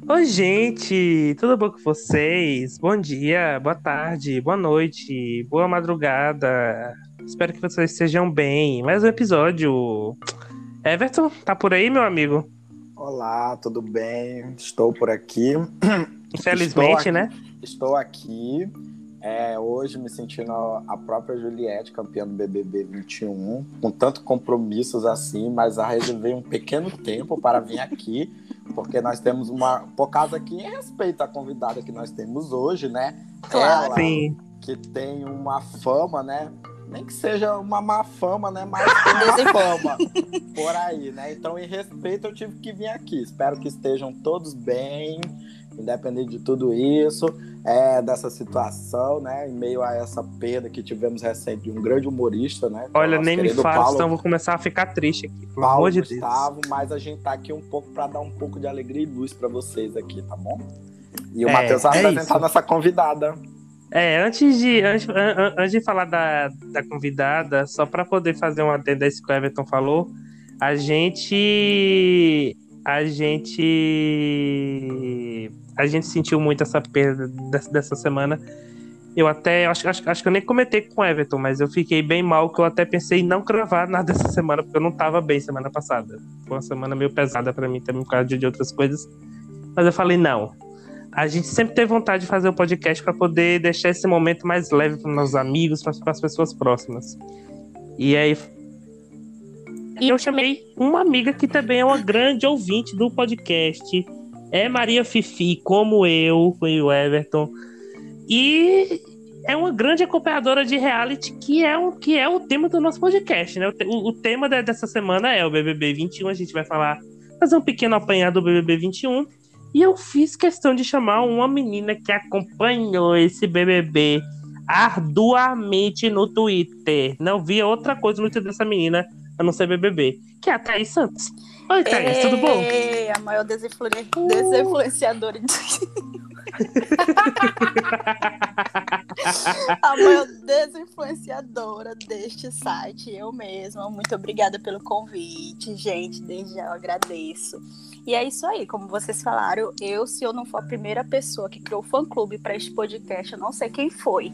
Oi, gente, tudo bom com vocês? Bom dia, boa tarde, boa noite, boa madrugada. Espero que vocês estejam bem. Mais um episódio. Everton, tá por aí, meu amigo? Olá, tudo bem? Estou por aqui. Estou Infelizmente, aqui. né? Estou aqui. Hoje me sentindo a própria Juliette, campeã do BBB 21, com tanto compromissos assim, mas reservei um pequeno tempo para vir aqui, porque nós temos por causa que em respeito à convidada que nós temos hoje, né? Claro. Ela Sim. que tem uma fama, né? Nem que seja uma má fama, né? Mas tem uma fama por aí, né? Então, em respeito, eu tive que vir aqui. Espero que estejam todos bem, independente de tudo isso, dessa situação, né? Em meio a essa perda que tivemos recente de um grande humorista, né? Que é o Olha, nosso nem me querido fala, senão eu Paulo, vou começar a ficar triste aqui, pelo Paulo amor de Deus. Gustavo, mas a gente tá aqui um pouco para dar um pouco de alegria e luz para vocês aqui, tá bom? E o Matheus vai apresentar isso. nossa convidada. Antes de falar da convidada, só para poder fazer um adendo a isso que o Everton falou, a gente sentiu muito essa perda dessa semana. Eu acho que eu nem comentei com o Everton, mas eu fiquei bem mal, que eu até pensei em não gravar nada essa semana, porque eu não tava bem semana passada. Foi uma semana meio pesada para mim também, por causa de outras coisas. Mas eu falei, não. A gente sempre teve vontade de fazer o podcast para poder deixar esse momento mais leve para os nossos amigos, para as pessoas próximas. E aí eu chamei uma amiga que também é uma grande ouvinte do podcast. É Maria Fifi, como eu e o Everton. E é uma grande acompanhadora de reality, que é o tema do nosso podcast, né? O tema dessa semana é o BBB 21. A gente vai fazer um pequeno apanhado do BBB 21. E eu fiz questão de chamar uma menina que acompanhou esse BBB arduamente no Twitter. Não via outra coisa no Twitter dessa menina a não ser BBB, que é a Thaís Santos. Oi, Thaís, tudo bom? A maior desinfluenciadora a maior desinfluenciadora deste site, eu mesma. Muito obrigada pelo convite, gente. Desde já eu agradeço. E é isso aí, como vocês falaram, se eu não for a primeira pessoa que criou o fã-clube para este podcast, eu não sei quem foi.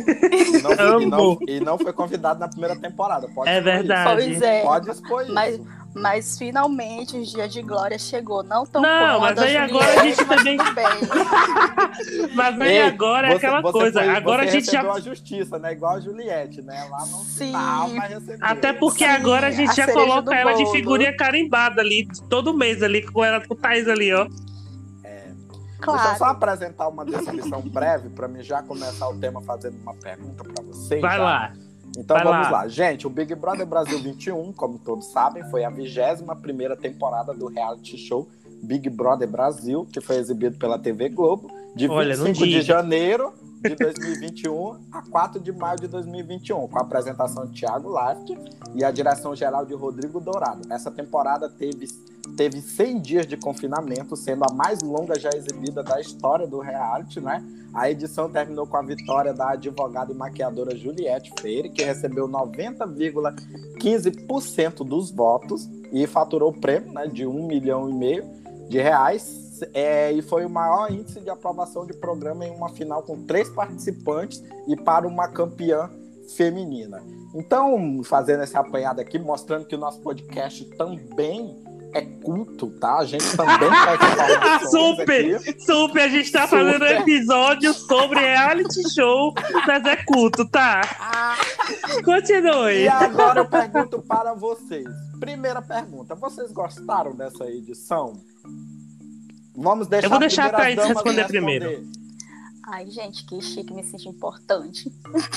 E não foi convidado na primeira temporada. Pode É verdade. Pois é. Pode expor isso. Mas finalmente o dia de glória chegou. Não tão Não, mas aí agora a gente também. Mas aí agora é aquela coisa. Agora a gente já a justiça, né? Igual a Juliette, né? Lá no final vai receber. Até porque agora a gente já coloca ela de figurinha carimbada ali, todo mês ali, com ela com o Thaís ali, ó. Claro. Deixa eu só apresentar uma descrição breve para mim já começar o tema fazendo uma pergunta para vocês. Vai lá. Então vamos lá. Gente, o Big Brother Brasil 21, como todos sabem, foi a 21ª temporada do reality show Big Brother Brasil, que foi exibido pela TV Globo, de 25 de janeiro de 2021 a 4 de maio de 2021, com a apresentação de Thiago Leifert e a direção geral de Rodrigo Dourado. Essa temporada teve 100 dias de confinamento, sendo a mais longa já exibida da história do reality, né? A edição terminou com a vitória da advogada e maquiadora Juliette Freire, que recebeu 90,15% dos votos e faturou o prêmio, né, de R$1,5 milhão de reais. E foi o maior índice de aprovação de programa em uma final com 3 participantes e para uma campeã feminina. Então, fazendo esse apanhado aqui, mostrando que o nosso podcast também é culto, tá? A gente também faz Super! A gente tá fazendo um episódio sobre reality show, mas é culto, tá? Continue. E agora eu pergunto para vocês. Primeira pergunta, vocês gostaram dessa edição? Vamos deixar. Eu vou deixar a Thaís responder primeiro. Ai, gente, que chique, me senti importante.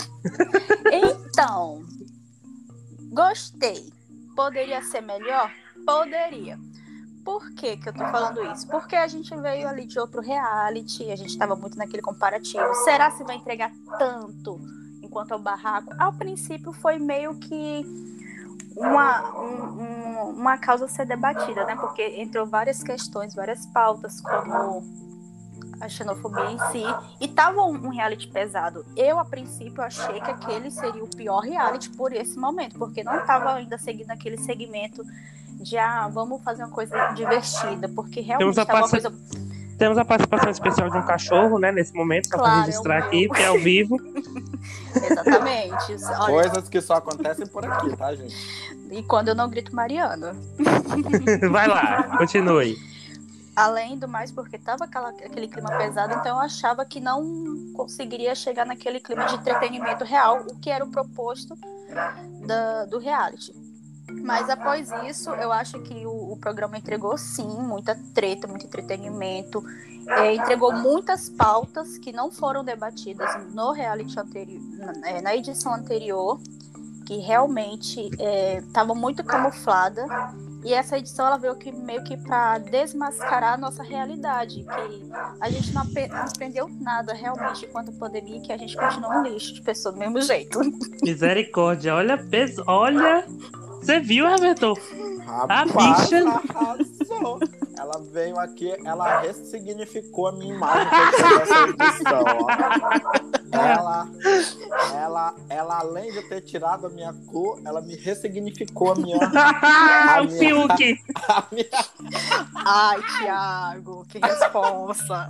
Então, gostei. Poderia ser melhor? Poderia. Por que eu tô falando isso? Porque a gente veio ali de outro reality, a gente tava muito naquele comparativo. Será se vai entregar tanto enquanto é o barraco? Ao princípio foi meio que uma causa a ser debatida, né? Porque entrou várias questões, várias pautas, como a xenofobia em si, e tava um reality pesado. Eu, a princípio, achei que aquele seria o pior reality por esse momento, porque não tava ainda seguindo aquele segmento de, vamos fazer uma coisa divertida, porque realmente tava uma coisa... Temos a participação especial de um cachorro, né, nesse momento, só para registrar aqui, porque é ao vivo. Exatamente. Olha, coisas que só acontecem por aqui, tá, gente? E quando eu não grito Mariana. Vai lá, continue. Além do mais, porque tava aquele clima pesado, então eu achava que não conseguiria chegar naquele clima de entretenimento real, o que era o proposto do reality. Mas após isso, eu acho que o programa entregou sim muita treta, muito entretenimento, entregou muitas pautas que não foram debatidas no reality anterior, na edição anterior, que realmente estava muito camuflada. E essa edição ela veio meio que para desmascarar a nossa realidade, que a gente não aprendeu nada realmente quanto à pandemia, que a gente continua um lixo de pessoa do mesmo jeito. Misericórdia, olha peso, olha. Você viu, Everton? Rapaz, a bicha arrasou. Ela veio aqui, ela ressignificou a minha imagem dessa edição, ó. Ela, além de ter tirado a minha cor, ela me ressignificou a minha... o Fiuk! Ai, Thiago, que responsa!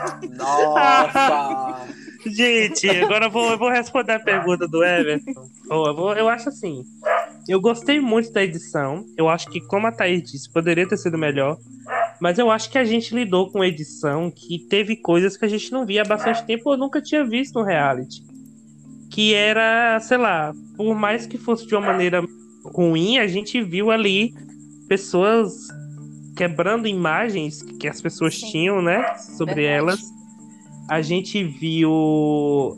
Nossa! Gente, agora eu vou responder a pergunta do Everton. Eu acho assim, eu gostei muito da edição. Eu acho que, como a Thaís disse, poderia ter sido melhor. Mas eu acho que a gente lidou com uma edição que teve coisas que a gente não via há bastante tempo ou nunca tinha visto no reality. Que era, sei lá, por mais que fosse de uma maneira ruim, a gente viu ali pessoas quebrando imagens que as pessoas tinham, né, sobre elas. A gente viu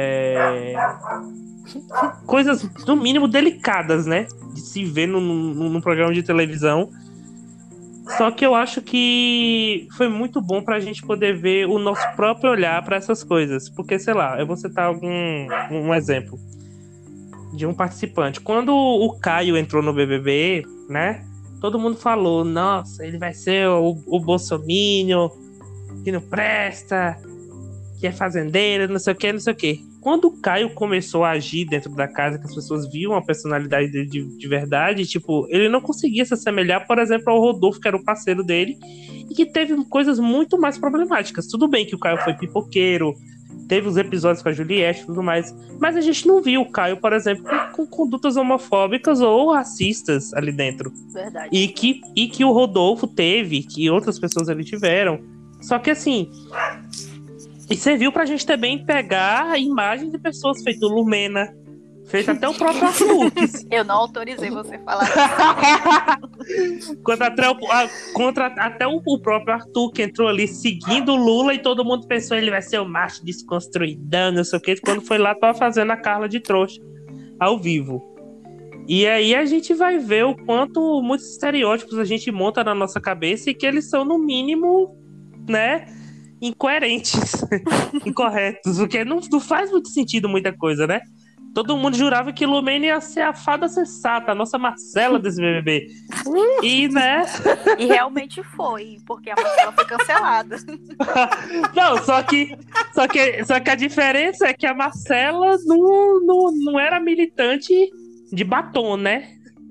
coisas, no mínimo, delicadas, né, de se ver num programa de televisão. Só que eu acho que foi muito bom pra gente poder ver o nosso próprio olhar pra essas coisas. Porque, sei lá, eu vou citar um exemplo de um participante. Quando o Caio entrou no BBB, né? Todo mundo falou, nossa, ele vai ser o bolsominion, que não presta, que é fazendeiro, não sei o que, não sei o que. Quando o Caio começou a agir dentro da casa, que as pessoas viam a personalidade dele de verdade, tipo, ele não conseguia se assemelhar, por exemplo, ao Rodolfo, que era o parceiro dele, e que teve coisas muito mais problemáticas. Tudo bem que o Caio foi pipoqueiro, teve os episódios com a Juliette e tudo mais, mas a gente não viu o Caio, por exemplo, com condutas homofóbicas ou racistas ali dentro. Verdade. E que o Rodolfo teve, que outras pessoas ali tiveram. Só que assim... E serviu pra gente também pegar a imagem de pessoas feito Lumena, feito até o próprio Arthur. Eu não autorizei você falar isso. Até o próprio Arthur, que entrou ali seguindo o Lula e todo mundo pensou ele vai ser o macho desconstruidão, não sei o que. Quando foi lá, tava fazendo a Carla de trouxa ao vivo. E aí a gente vai ver o quanto muitos estereótipos a gente monta na nossa cabeça e que eles são, no mínimo, né, incoerentes, incorretos, porque não faz muito sentido muita coisa, né? Todo mundo jurava que Lumena ia ser a fada sensata, a nossa Marcela desse BBB. E, né? E realmente foi, porque a Marcela foi cancelada. Não, só que a diferença é que a Marcela não era militante de batom, né?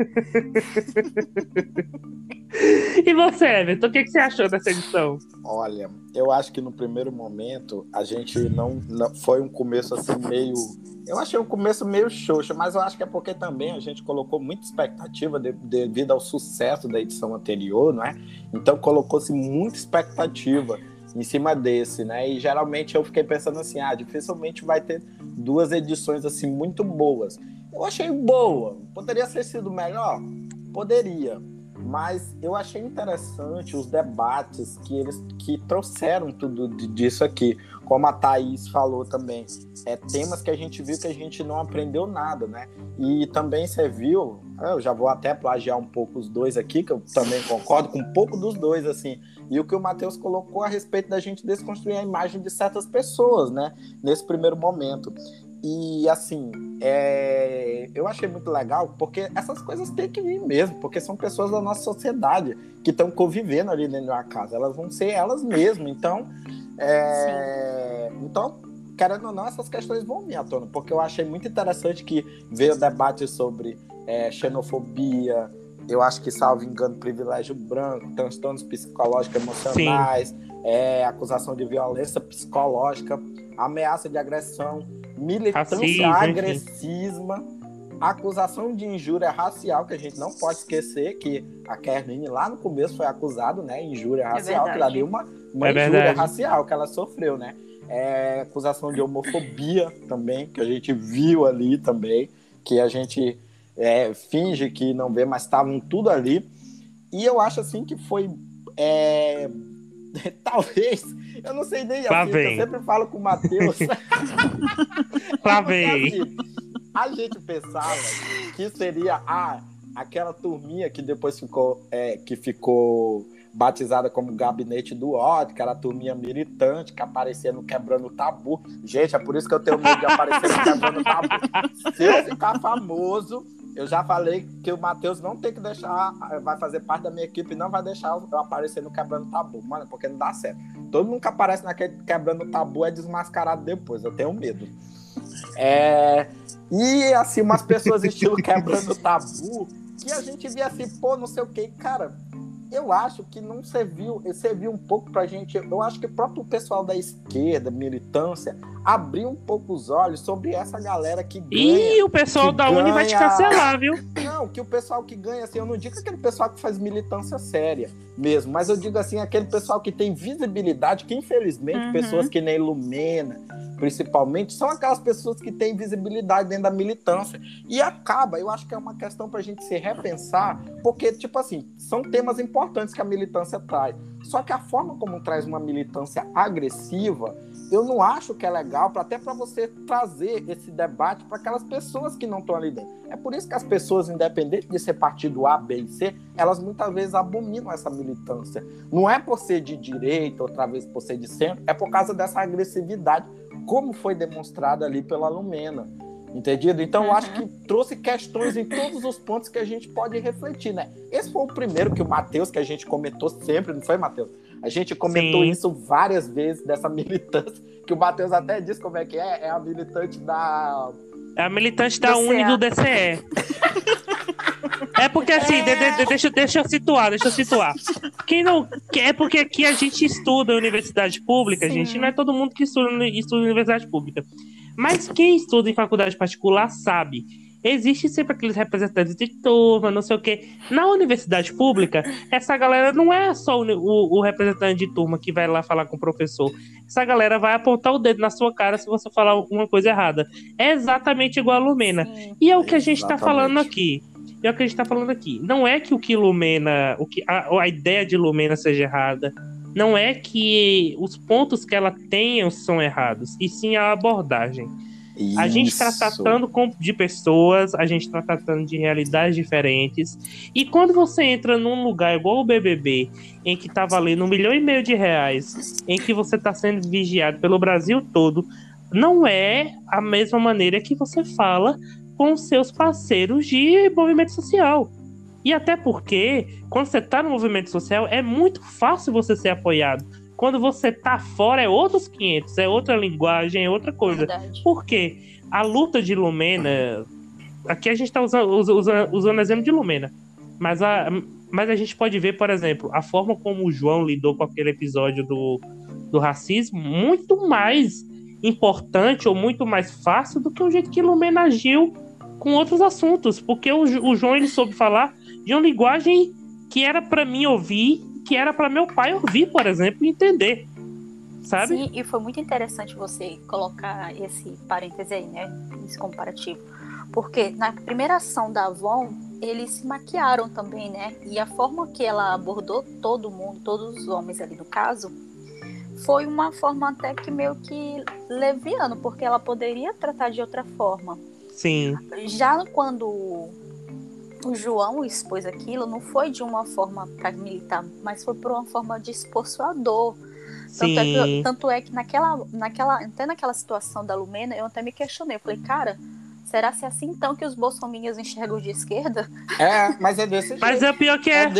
E você, Everton, o que você achou dessa edição? Olha, eu acho que no primeiro momento a gente não foi um começo assim meio... Eu achei um começo meio xoxo, mas eu acho que é porque também a gente colocou muita expectativa devido ao sucesso da edição anterior, não é? Então colocou-se muita expectativa em cima desse, né? E geralmente eu fiquei pensando assim, dificilmente vai ter duas edições assim muito boas. Eu achei boa. Poderia ter sido melhor? Poderia. Mas eu achei interessante os debates que trouxeram tudo disso aqui. Como a Thaís falou também, temas que a gente viu que a gente não aprendeu nada, né? E também você viu, eu já vou até plagiar um pouco os dois aqui, que eu também concordo com um pouco dos dois, assim. E o que o Matheus colocou a respeito da gente desconstruir a imagem de certas pessoas, né? Nesse primeiro momento. E, assim, eu achei muito legal, porque essas coisas têm que vir mesmo, porque são pessoas da nossa sociedade que estão convivendo ali dentro de uma casa. Elas vão ser elas mesmas. Então, querendo ou não, essas questões vão vir à tona, porque eu achei muito interessante que veio debate sobre xenofobia, eu acho que, salvo engano, privilégio branco, transtornos psicológicos emocionais, acusação de violência psicológica, ameaça de agressão, militância agressismo, acusação de injúria racial, que a gente não pode esquecer que a Kerline lá no começo foi acusada, né, injúria racial, que ela deu uma injúria racial que ela sofreu, né? Acusação de homofobia também, que a gente viu ali também, que a gente finge que não vê, mas estavam tudo ali. E eu acho assim que foi talvez, eu não sei nem assim, eu sempre falo com o Matheus. Lá vem. Assim, a gente pensava que seria aquela turminha que depois ficou batizada como Gabinete do Ódio, que era a turminha militante, que aparecia no Quebrando o Tabu. Gente, é por isso que eu tenho medo de aparecer no Quebrando o Tabu. Se eu ficar famoso, eu já falei que o Matheus não tem que deixar, vai fazer parte da minha equipe e não vai deixar eu aparecer no Quebrando o Tabu, mano, porque não dá certo. Todo mundo que aparece naquele Quebrando o Tabu é desmascarado depois, eu tenho medo. E assim, umas pessoas estilo Quebrando o Tabu, que a gente via assim, pô, não sei o que, cara, eu acho que não serviu um pouco pra gente, eu acho que o próprio pessoal da esquerda, militância, abriu um pouco os olhos sobre essa galera que ganha. E o pessoal da Uni vai te cancelar, viu? Não, que o pessoal que ganha, assim, eu não digo aquele pessoal que faz militância séria mesmo, mas eu digo assim, aquele pessoal que tem visibilidade, que infelizmente pessoas que nem Lumena, principalmente, são aquelas pessoas que têm visibilidade dentro da militância. E eu acho que é uma questão pra gente se repensar, porque, tipo assim, são temas importantes que a militância traz. Só que a forma como traz uma militância agressiva, eu não acho que é legal, até para você trazer esse debate para aquelas pessoas que não estão ali dentro. É por isso que as pessoas, independente de ser partido A, B e C, elas muitas vezes abominam essa militância. Não é por ser de direita, outra vez por ser de centro, é por causa dessa agressividade, como foi demonstrado ali pela Lumena. Entendido? Então, eu acho que trouxe questões em todos os pontos que a gente pode refletir, né? Esse foi o primeiro que o Matheus, que a gente comentou sempre, não foi, Matheus? A gente comentou isso várias vezes, dessa militância, que o Matheus até disse como é que é a militante da... É a militante da Uni do DCE. É porque assim, deixa eu situar. Quem não quer, porque aqui a gente estuda em universidade pública, gente, não é todo mundo que estuda em universidade pública. Mas quem estuda em faculdade particular sabe, existe sempre aqueles representantes de turma, não sei o quê. Na universidade pública, essa galera não é só o representante de turma que vai lá falar com o professor. Essa galera vai apontar o dedo na sua cara se você falar alguma coisa errada. É exatamente igual a Lumena. E é o que a gente está falando aqui. Não é que o que Lumena, a ideia de Lumena seja errada. Não é que os pontos que ela tenha são errados, e sim a abordagem. Isso. A gente está tratando de pessoas, a gente está tratando de realidades diferentes, e quando você entra num lugar igual o BBB, em que tá valendo R$1,5 milhão, em que você está sendo vigiado pelo Brasil todo, não é a mesma maneira que você fala com seus parceiros de movimento social. E até porque, quando você tá no movimento social, é muito fácil você ser apoiado. Quando você tá fora, é outros 500, é outra linguagem, é outra coisa. Verdade. Por quê? A luta de Lumena... Aqui a gente tá usando exemplo de Lumena. Mas a gente pode ver, por exemplo, a forma como o João lidou com aquele episódio do racismo, muito mais importante ou muito mais fácil do que o jeito que Lumena agiu com outros assuntos. Porque o João, ele soube falar de uma linguagem que era para mim ouvir, que era para meu pai ouvir, por exemplo, e entender, sabe? Sim, e foi muito interessante você colocar esse parêntese aí, né, esse comparativo, porque na primeira ação da Avon, eles se maquiaram também, né, e a forma que ela abordou todo mundo, todos os homens ali no caso, foi uma forma até que meio que leviano, porque ela poderia tratar de outra forma. Sim. Já quando o João expôs aquilo, não foi de uma forma para militar, mas foi por uma forma de expor sua dor. Tanto é que até naquela situação da Lumena, eu até me questionei. Eu falei, cara, será que é assim então que os bolsominions enxergam de esquerda? Mas é desse jeito. Mas é o pior que é.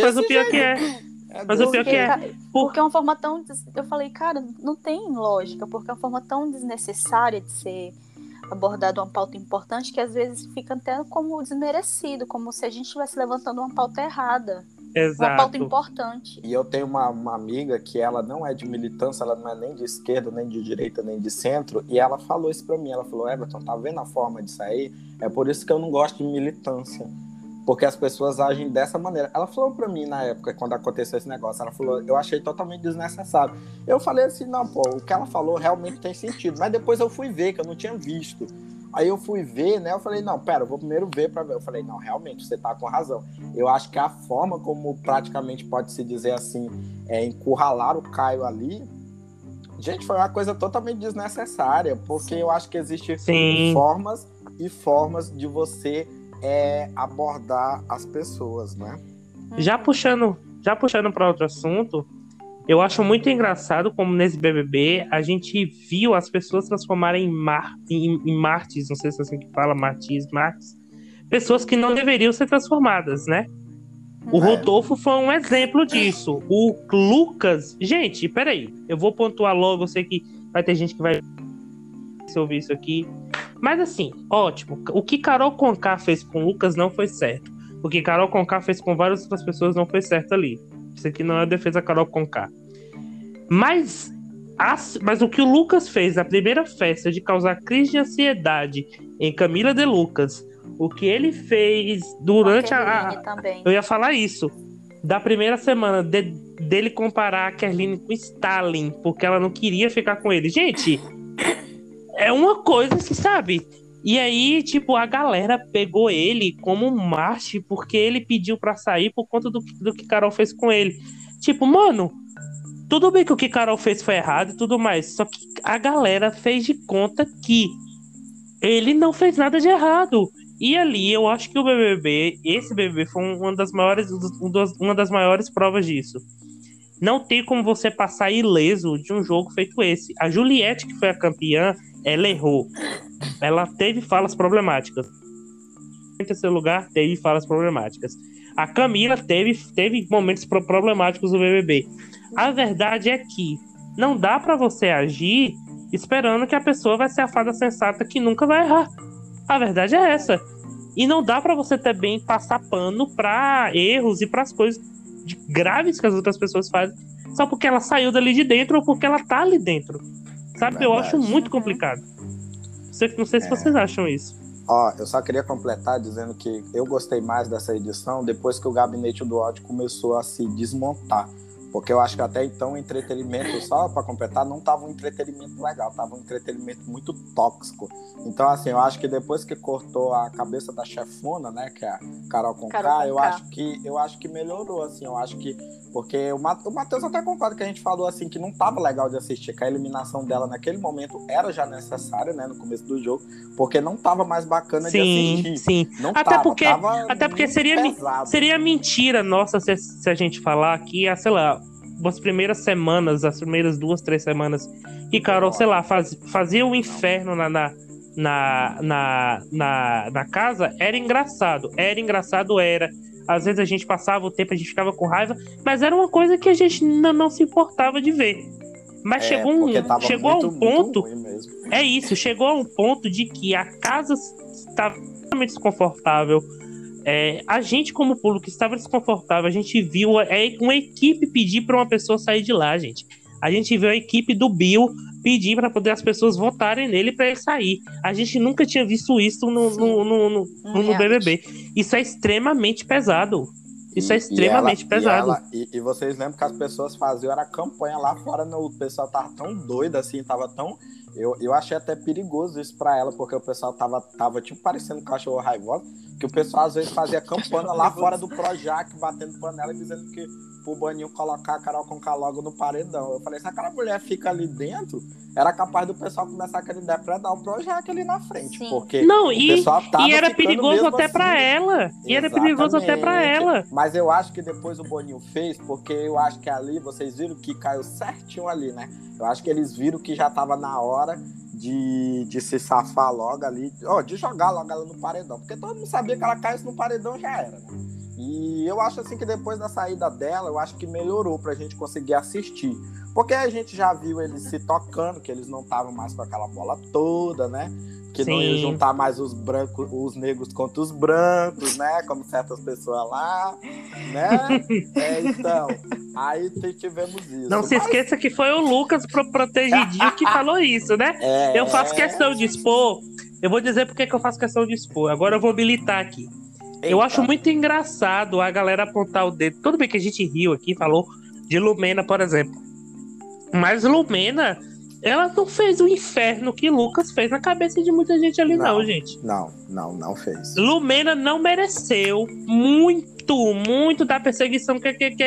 Porque é uma forma tão... Eu falei, cara, não tem lógica, porque é uma forma tão desnecessária de ser abordado uma pauta importante que às vezes fica até como desmerecido, como se a gente estivesse levantando uma pauta errada. Exato. Uma pauta importante. E eu tenho uma amiga que ela não é de militância, ela não é nem de esquerda, nem de direita, nem de centro, e ela falou isso pra mim, ela falou, Everton, tá vendo a forma disso aí? É por isso que eu não gosto de militância, porque as pessoas agem dessa maneira. Ela falou pra mim na época, quando aconteceu esse negócio, ela falou, eu achei totalmente desnecessário. Eu falei assim, não, pô, o que ela falou realmente tem sentido, mas depois eu fui ver, que eu não tinha visto. Aí eu fui ver, né? Eu falei, não, pera, eu vou primeiro ver pra ver. Eu falei, não, realmente, você tá com razão. Eu acho que a forma como praticamente pode-se dizer assim, encurralar o Caio ali, gente, foi uma coisa totalmente desnecessária, porque eu acho que existem formas e formas de você abordar as pessoas, né? Já puxando para outro assunto, eu acho muito engraçado como nesse BBB a gente viu as pessoas transformarem em mártires, não sei se é assim que fala, mártires, pessoas que não deveriam ser transformadas, né? O Rodolfo foi um exemplo disso. O Lucas... Gente, peraí. Eu vou pontuar logo, eu sei que vai ter gente que vai ouvir isso aqui. Mas assim, ótimo. O que Carol Conká fez com o Lucas não foi certo. O que Carol Conká fez com várias outras pessoas não foi certo ali. Isso aqui não é defesa Carol Conká. Mas o que o Lucas fez na primeira festa de causar crise de ansiedade em Camila de Lucas, o que ele fez durante também. Eu ia falar isso. Da primeira semana dele comparar a Kerline com Stalin, porque ela não queria ficar com ele. Gente, é uma coisa que, sabe? E aí, tipo, a galera pegou ele como um Marte porque ele pediu pra sair por conta do que Carol fez com ele. Tipo, mano, tudo bem que o que Carol fez foi errado e tudo mais, só que a galera fez de conta que ele não fez nada de errado. E ali, eu acho que esse BBB foi uma das maiores provas disso. Não tem como você passar ileso de um jogo feito esse. A Juliette, que foi a campeã, ela errou. Ela teve falas problemáticas. Em terceiro lugar, teve falas problemáticas. A Camila teve momentos problemáticos no BBB. A verdade é que não dá pra você agir esperando que a pessoa vai ser a fada sensata que nunca vai errar. A verdade é essa. E não dá pra você também passar pano pra erros e pras coisas graves que as outras pessoas fazem só porque ela saiu dali de dentro ou porque ela tá ali dentro. Sabe? Eu acho muito complicado. Não sei se vocês acham isso. Ó, eu só queria completar dizendo que eu gostei mais dessa edição depois que o Gabinete do Ódio começou a se desmontar. Porque eu acho que até então o entretenimento, só para completar, não estava um entretenimento legal, estava um entretenimento muito tóxico. Então, assim, eu acho que depois que cortou a cabeça da chefona, né, que é a Carol Conká, eu acho que melhorou, assim, eu acho que... Porque o Matheus até concorda que a gente falou, assim, que não estava legal de assistir, que a eliminação dela naquele momento era já necessária, né, no começo do jogo, porque não estava mais bacana de assistir. Sim, não até porque seria mentira nossa se a gente falar que, sei lá, as primeiras semanas, as primeiras 2, 3 semanas que Carol, sei lá, fazia o inferno na casa, era engraçado. Às vezes a gente passava o tempo, a gente ficava com raiva, mas era uma coisa que a gente não se importava de ver. Mas chegou a um ponto. Chegou a um ponto de que a casa estava totalmente desconfortável. A gente, como público, estava desconfortável. A gente viu uma equipe pedir para uma pessoa sair de lá, gente. A gente viu a equipe do Bill pedir para poder as pessoas votarem nele para ele sair. A gente nunca tinha visto isso no BBB. Isso é extremamente pesado. Pesado. E vocês lembram que as pessoas faziam era campanha lá fora, o pessoal tava tão doido assim, tava tão... Eu achei até perigoso isso pra ela, porque o pessoal tava tipo parecendo um cachorro raivoso, que o pessoal às vezes fazia campanha lá fora do Projac, batendo panela e dizendo que pro Boninho colocar a Carol Conká logo no paredão. Eu falei, se aquela mulher fica ali dentro, era capaz do pessoal começar a querer depredar o Projac ali na frente. Sim. Porque o pessoal tava era perigoso até assim. Pra ela. E era perigoso até pra ela. Mas eu acho que depois o Boninho fez, porque eu acho que ali, vocês viram que caiu certinho ali, né? Eu acho que eles viram que já tava na hora de se safar logo ali, de jogar logo ela no paredão. Porque todo mundo sabia que ela caísse no paredão, já era, né? E eu acho assim que depois da saída dela, eu acho que melhorou pra gente conseguir assistir. Porque a gente já viu eles se tocando, que eles não estavam mais com aquela bola toda, né? Que não ia juntar mais os brancos, os negros contra os brancos, né? Como certas pessoas lá, né? Então, aí tivemos isso. Não se esqueça que foi o Lucas Protegidinho que falou isso, né? Eu faço questão de expor. Eu vou dizer porque que eu faço questão de expor. Agora eu vou militar aqui. Eita. Eu acho muito engraçado a galera apontar o dedo. Tudo bem que a gente riu aqui, falou de Lumena, por exemplo. Mas Lumena, ela não fez o inferno que Lucas fez na cabeça de muita gente ali, não, gente. Não fez. Lumena não mereceu muito da perseguição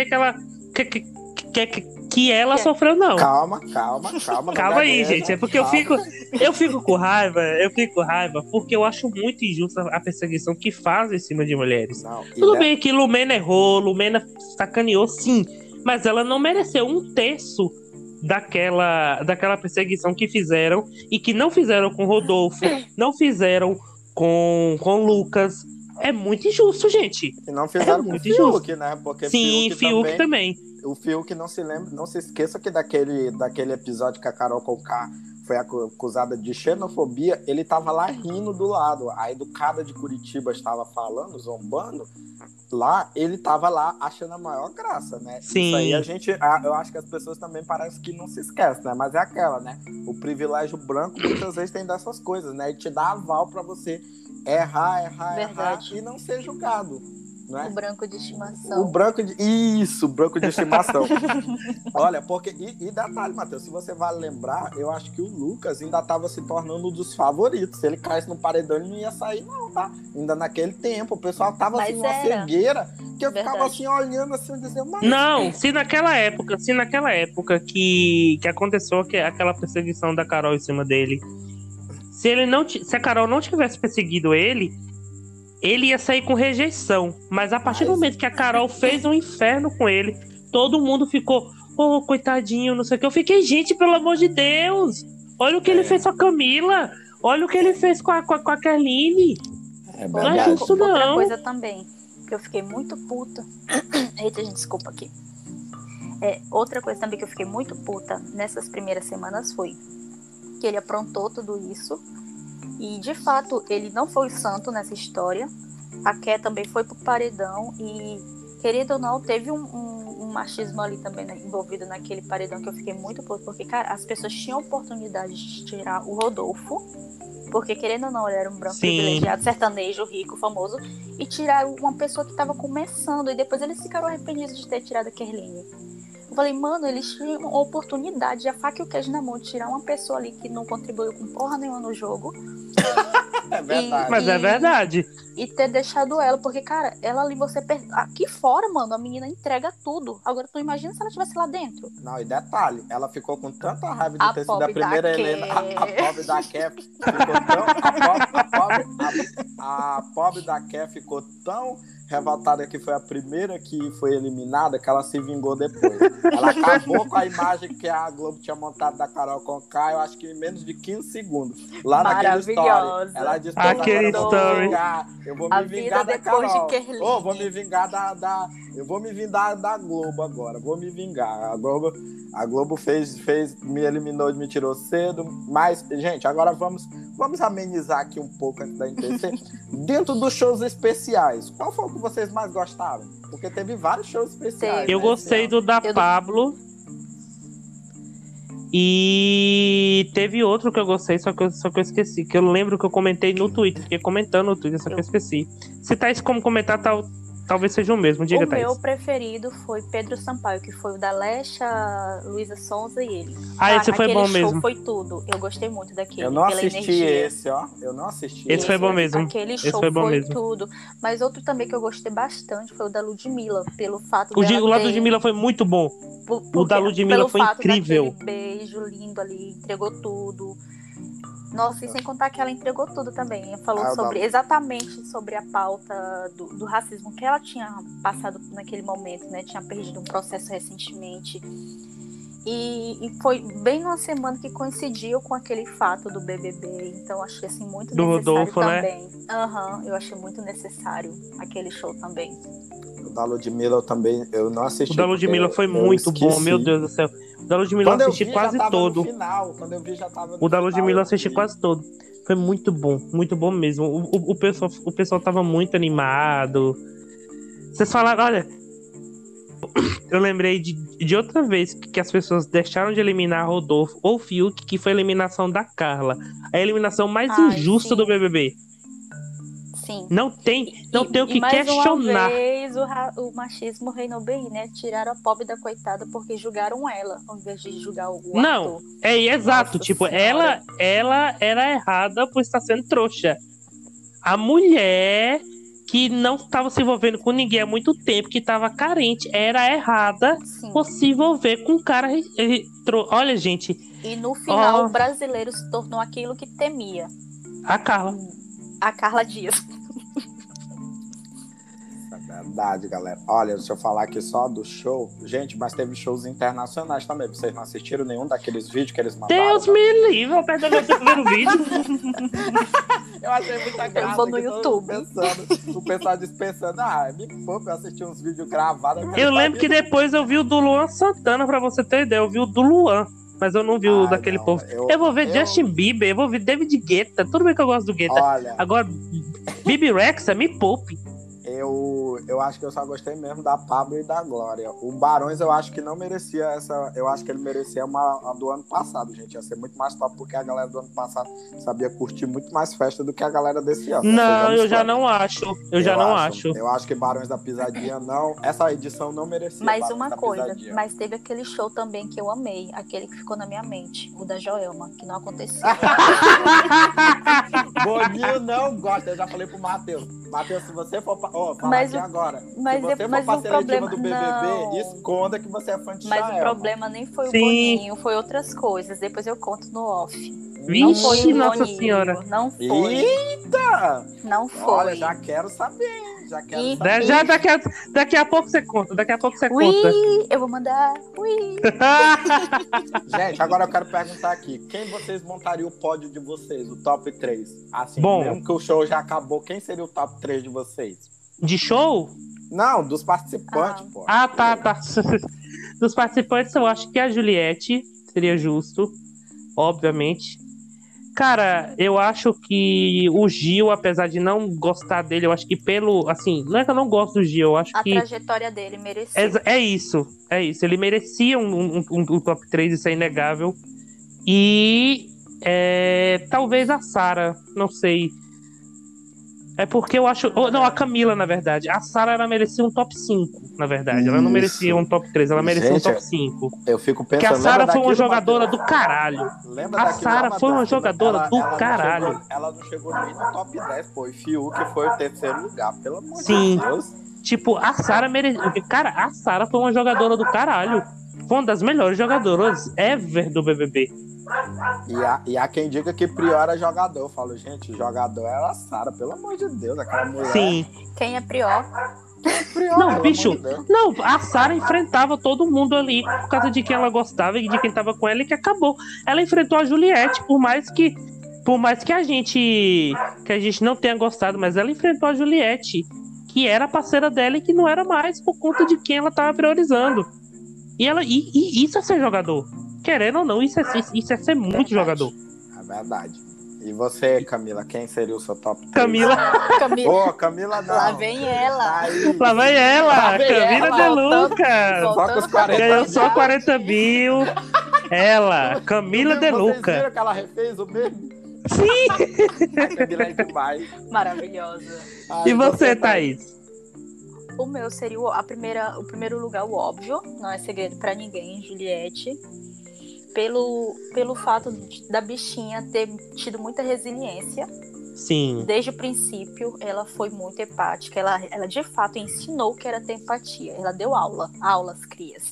que ela sofreu, não. Calma aí, gente. É porque eu fico com raiva. Porque eu acho muito injusta a perseguição que faz em cima de mulheres. Tudo bem que Lumena errou, Lumena sacaneou, sim. Mas ela não mereceu 1/3 daquela perseguição que fizeram e que não fizeram com Rodolfo, não fizeram com Lucas. É muito injusto, gente. E não fizeram com o Fiuk, né? Porque sim, Fiuk também. O Fiuk não se esqueça que daquele episódio que a Carol Conká foi acusada de xenofobia, ele tava lá rindo do lado. A educada de Curitiba estava falando, zombando. Lá, ele tava lá achando a maior graça, né? Sim. Isso aí eu acho que as pessoas também parecem que não se esquecem, né? Mas é aquela, né? O privilégio branco muitas vezes tem dessas coisas, né? E te dá aval pra você errar e não ser julgado. Né? O branco de estimação. Branco de estimação. Olha, porque... E detalhe, Matheus, se você vai lembrar, eu acho que o Lucas ainda estava se tornando um dos favoritos. Se ele caísse no paredão, ele não ia sair, não, tá? Ainda naquele tempo, o pessoal tava assim, numa cegueira, que eu ficava assim, olhando assim, dizendo... Não, se naquela época que aconteceu aquela perseguição da Carol em cima dele, se a Carol não tivesse perseguido ele ia sair com rejeição. Mas a partir do momento que a Carol fez um inferno com ele, todo mundo ficou, coitadinho, não sei o que. Eu fiquei, gente, pelo amor de Deus, olha o que ele fez com a Camila, olha o que ele fez com a Kerline. Não é justo, não. Outra coisa também, que eu fiquei muito puta. Eita, gente, desculpa aqui. Outra coisa também que eu fiquei muito puta nessas primeiras semanas foi que ele aprontou tudo isso. E, de fato, ele não foi santo nessa história. A Ké também foi pro paredão. E, querendo ou não, teve um machismo ali também, né, envolvido naquele paredão que eu fiquei muito puto. Porque, cara, as pessoas tinham oportunidade de tirar o Rodolfo. Porque, querendo ou não, ele era um branco privilegiado, sertanejo, rico, famoso. E tirar uma pessoa que tava começando. E depois eles ficaram arrependidos de ter tirado a Kerline. Eu falei, mano, eles tinham uma oportunidade, a faca e o queijo na mão, de tirar uma pessoa ali que não contribuiu com porra nenhuma no jogo. É verdade. Mas é verdade. E ter deixado ela, porque, cara, ela ali, aqui fora, mano, a menina entrega tudo. Agora, tu imagina se ela estivesse lá dentro. Não, e detalhe, ela ficou com tanta raiva de ter sido a primeira Helena. A pobre da Ké ficou tão... A pobre da Ké ficou tão revoltada que foi a primeira que foi eliminada, que ela se vingou depois. Ela acabou com a imagem que a Globo tinha montado da Carol Conká, eu acho que em menos de 15 segundos. Lá naquele story. Ela disse, aquele story. Eu vou me vingar da Carol. Vou me vingar eu vou me vingar da Globo agora. Vou me vingar. A Globo me eliminou, me tirou cedo. Mas, gente, agora vamos amenizar aqui um pouco antes da gente descer. Dentro dos shows especiais, qual foi o que vocês mais gostaram? Porque teve vários shows especiais. Eu gostei do da Pablo. E teve outro que eu gostei, só que eu esqueci. Que eu lembro que eu comentei no Twitter. Fiquei comentando no Twitter, só que eu esqueci. Se Thaís como comentar, talvez seja o mesmo. Diga, Thaís. O meu preferido foi Pedro Sampaio, que foi o da Lecha, Luísa Sonza e ele. Esse foi bom mesmo. Show foi tudo. Eu gostei muito daquele. Eu não assisti esse, ó. Eu não assisti. Esse foi bom mesmo. Aquele show foi tudo. Mas outro também que eu gostei bastante foi o da Ludmilla, pelo fato o da Ludmilla foi muito bom. O da Ludmilla foi incrível. Beijo lindo ali, entregou tudo. Nossa, e sem contar que ela entregou tudo também. Falou exatamente sobre a pauta do racismo que ela tinha passado naquele momento, né? Tinha perdido um processo recentemente. E foi bem numa semana que coincidiu com aquele fato do BBB. Então, achei assim, muito Do necessário Rodolfo, né? também. Eu achei muito necessário aquele show também. O da Ludmilla eu não assisti. O da Ludmilla foi muito bom, meu Deus do céu. O da Ludmilla eu assisti quase todo. Quando eu vi, já tava no O da Ludmilla eu final, assisti quase todo. Foi muito bom mesmo. O pessoal tava muito animado. Vocês falaram, olha, eu lembrei de outra vez que as pessoas deixaram de eliminar Rodolfo ou Fiuk, que foi a eliminação da Carla. A eliminação mais injusta do BBB. Sim. Não tem o que mais questionar. Uma vez o machismo reinou bem, né? Tiraram a pobre da coitada porque julgaram ela, ao invés de julgar o Não, ator. Exato. Nossa tipo, senhora. ela era errada por estar sendo trouxa. A mulher que não estava se envolvendo com ninguém há muito tempo, que estava carente, era errada por se envolver com um cara. Olha, gente. E no final, o brasileiro se tornou aquilo que temia. A Carla. A Carla Dias. É verdade, galera. Olha, deixa eu falar aqui só do show. Gente, mas teve shows internacionais também. Vocês não assistiram nenhum daqueles vídeos que eles mandaram? Deus me livre, eu perdi meu primeiro vídeo. Eu achei muita graça. Eu vou no YouTube. O pessoal dispensando. Me poupa, eu assisti uns vídeos gravados. Eu lembro que depois eu vi o do Luan Santana, pra você ter ideia. Eu vi o do Luan. Mas eu não vi o daquele povo. Eu vou ver Justin Bieber, eu vou ver David Guetta. Tudo bem que eu gosto do Guetta. Olha, agora, Bibi Rexha, me poupe. Eu acho que eu só gostei mesmo da Pablo e da Glória. O Barões eu acho que não merecia essa. Eu acho que ele merecia a do ano passado, gente. Ia ser muito mais top, porque a galera do ano passado sabia curtir muito mais festa do que a galera desse ano. Não, eu já não acho. Eu acho que Barões da Pisadinha não. Essa edição não merecia. Mais Barões uma da coisa, Pisadinha. mas teve aquele show também que eu amei. Aquele que ficou na minha mente. O da Joelma, que não aconteceu. Boninho não gosta. Eu já falei pro Matheus. Matheus, se você for falar aqui agora. Se você for pra seletiva do BBB, esconda que você é fã de Mas Joelma. o problema nem foi o Boninho, foi outras coisas. Depois eu conto no off. Vixe, não foi o Nossa Boninho, Senhora. Não foi. Eita! Não foi. Olha, já quero saber. Já daqui a pouco você conta. Eu vou mandar. Gente, agora eu quero perguntar aqui. Quem vocês montariam o pódio de vocês? O top 3? Assim, bom, mesmo que o show já acabou, quem seria o top 3 de vocês? De show? Não, dos participantes, pô. Tá. Dos participantes, eu acho que a Juliette seria justo, obviamente. Cara, eu acho que o Gil, apesar de não gostar dele, eu acho que assim, não é que eu não gosto do Gil, eu acho que... A trajetória dele merecia. É isso. Ele merecia um top 3, isso é inegável. E talvez a Sara, não sei. É porque eu acho... Não, a Camila, na verdade. A Sara, ela merecia um top 5, na verdade. Ela não merecia um top 3, ela merecia um top 5. Eu fico pensando... Porque a Sara foi uma jogadora do caralho. A Sara foi uma jogadora do caralho. Ela não chegou nem no top 10, pô. E Fiuk foi o terceiro lugar, pelo amor de Deus. Tipo, a Sara merecia... Cara, a Sara foi uma jogadora do caralho. Foi uma das melhores jogadoras ever do BBB. E há quem diga que Prior é jogador. Eu falo, gente, jogador era a Sara, pelo amor de Deus, aquela mulher. Sim. Quem é Prior? Não, bicho, não, a Sara enfrentava todo mundo ali por causa de quem ela gostava e de quem tava com ela, e que acabou. Ela enfrentou a Juliette, por mais que a gente não tenha gostado, mas ela enfrentou a Juliette, que era parceira dela e que não era mais por conta de quem ela tava priorizando. E isso é ser jogador. Querendo ou não, isso é ser muito jogador. É verdade. E você, Camila, quem seria o seu top 3? Camila não. Lá vem ela. Lá vem ela. Camila De Luca. Só com os 40 ganhou só 40 mil. Ela, Camila De Luca. Vocês viram que ela refez o mesmo? Sim. A Camila é demais. Maravilhosa. E você, Thaís? O meu seria o primeiro lugar, o óbvio. Não é segredo pra ninguém, Juliette. Pelo fato da bichinha ter tido muita resiliência. Sim. Desde o princípio, ela foi muito empática. Ela de fato ensinou o que era ter empatia. Ela deu aulas, crias.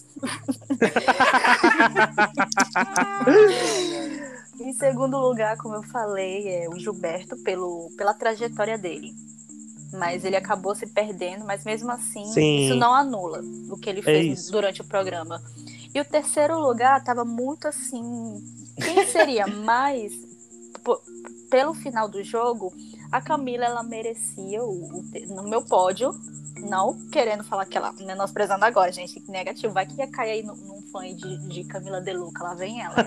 Em segundo lugar, como eu falei, é o Gilberto, pela trajetória dele. Mas ele acabou se perdendo, mas mesmo assim, Sim. isso não anula o que ele fez durante o programa. E o terceiro lugar tava muito assim. Quem seria mais? Pelo final do jogo, a Camila, ela merecia no meu pódio. Não querendo falar que ela menosprezando agora, gente, negativo. Vai que ia cair aí num fã de Camila De Luca, lá vem ela.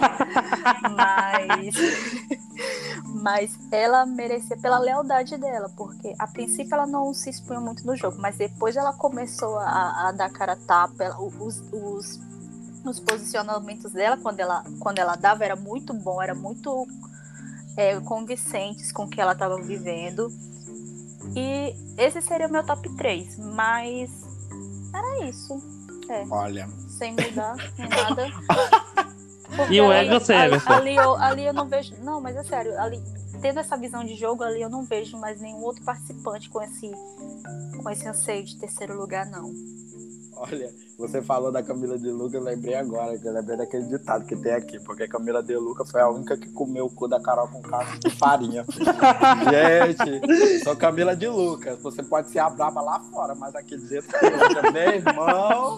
Mas ela merecia pela lealdade dela, porque a princípio ela não se expunha muito no jogo, mas depois ela começou a dar cara a tapa, os posicionamentos dela, quando ela dava, era muito bom, era muito convincentes com o que ela estava vivendo. E esse seria o meu top 3, mas era isso. Olha. Sem mudar, nem nada. Porque E o Everton, Everton? Ali eu não vejo. Não, mas é sério, ali, tendo essa visão de jogo, ali eu não vejo mais nenhum outro participante com esse anseio de terceiro lugar, não. Olha, você falou da Camila De Luca, eu lembrei agora, que eu lembrei daquele ditado que tem aqui, porque a Camila De Luca foi a única que comeu o cu da Carol com de farinha. Gente, sou Camila De Luca, você pode ser a braba lá fora, mas aqui dentro, meu irmão...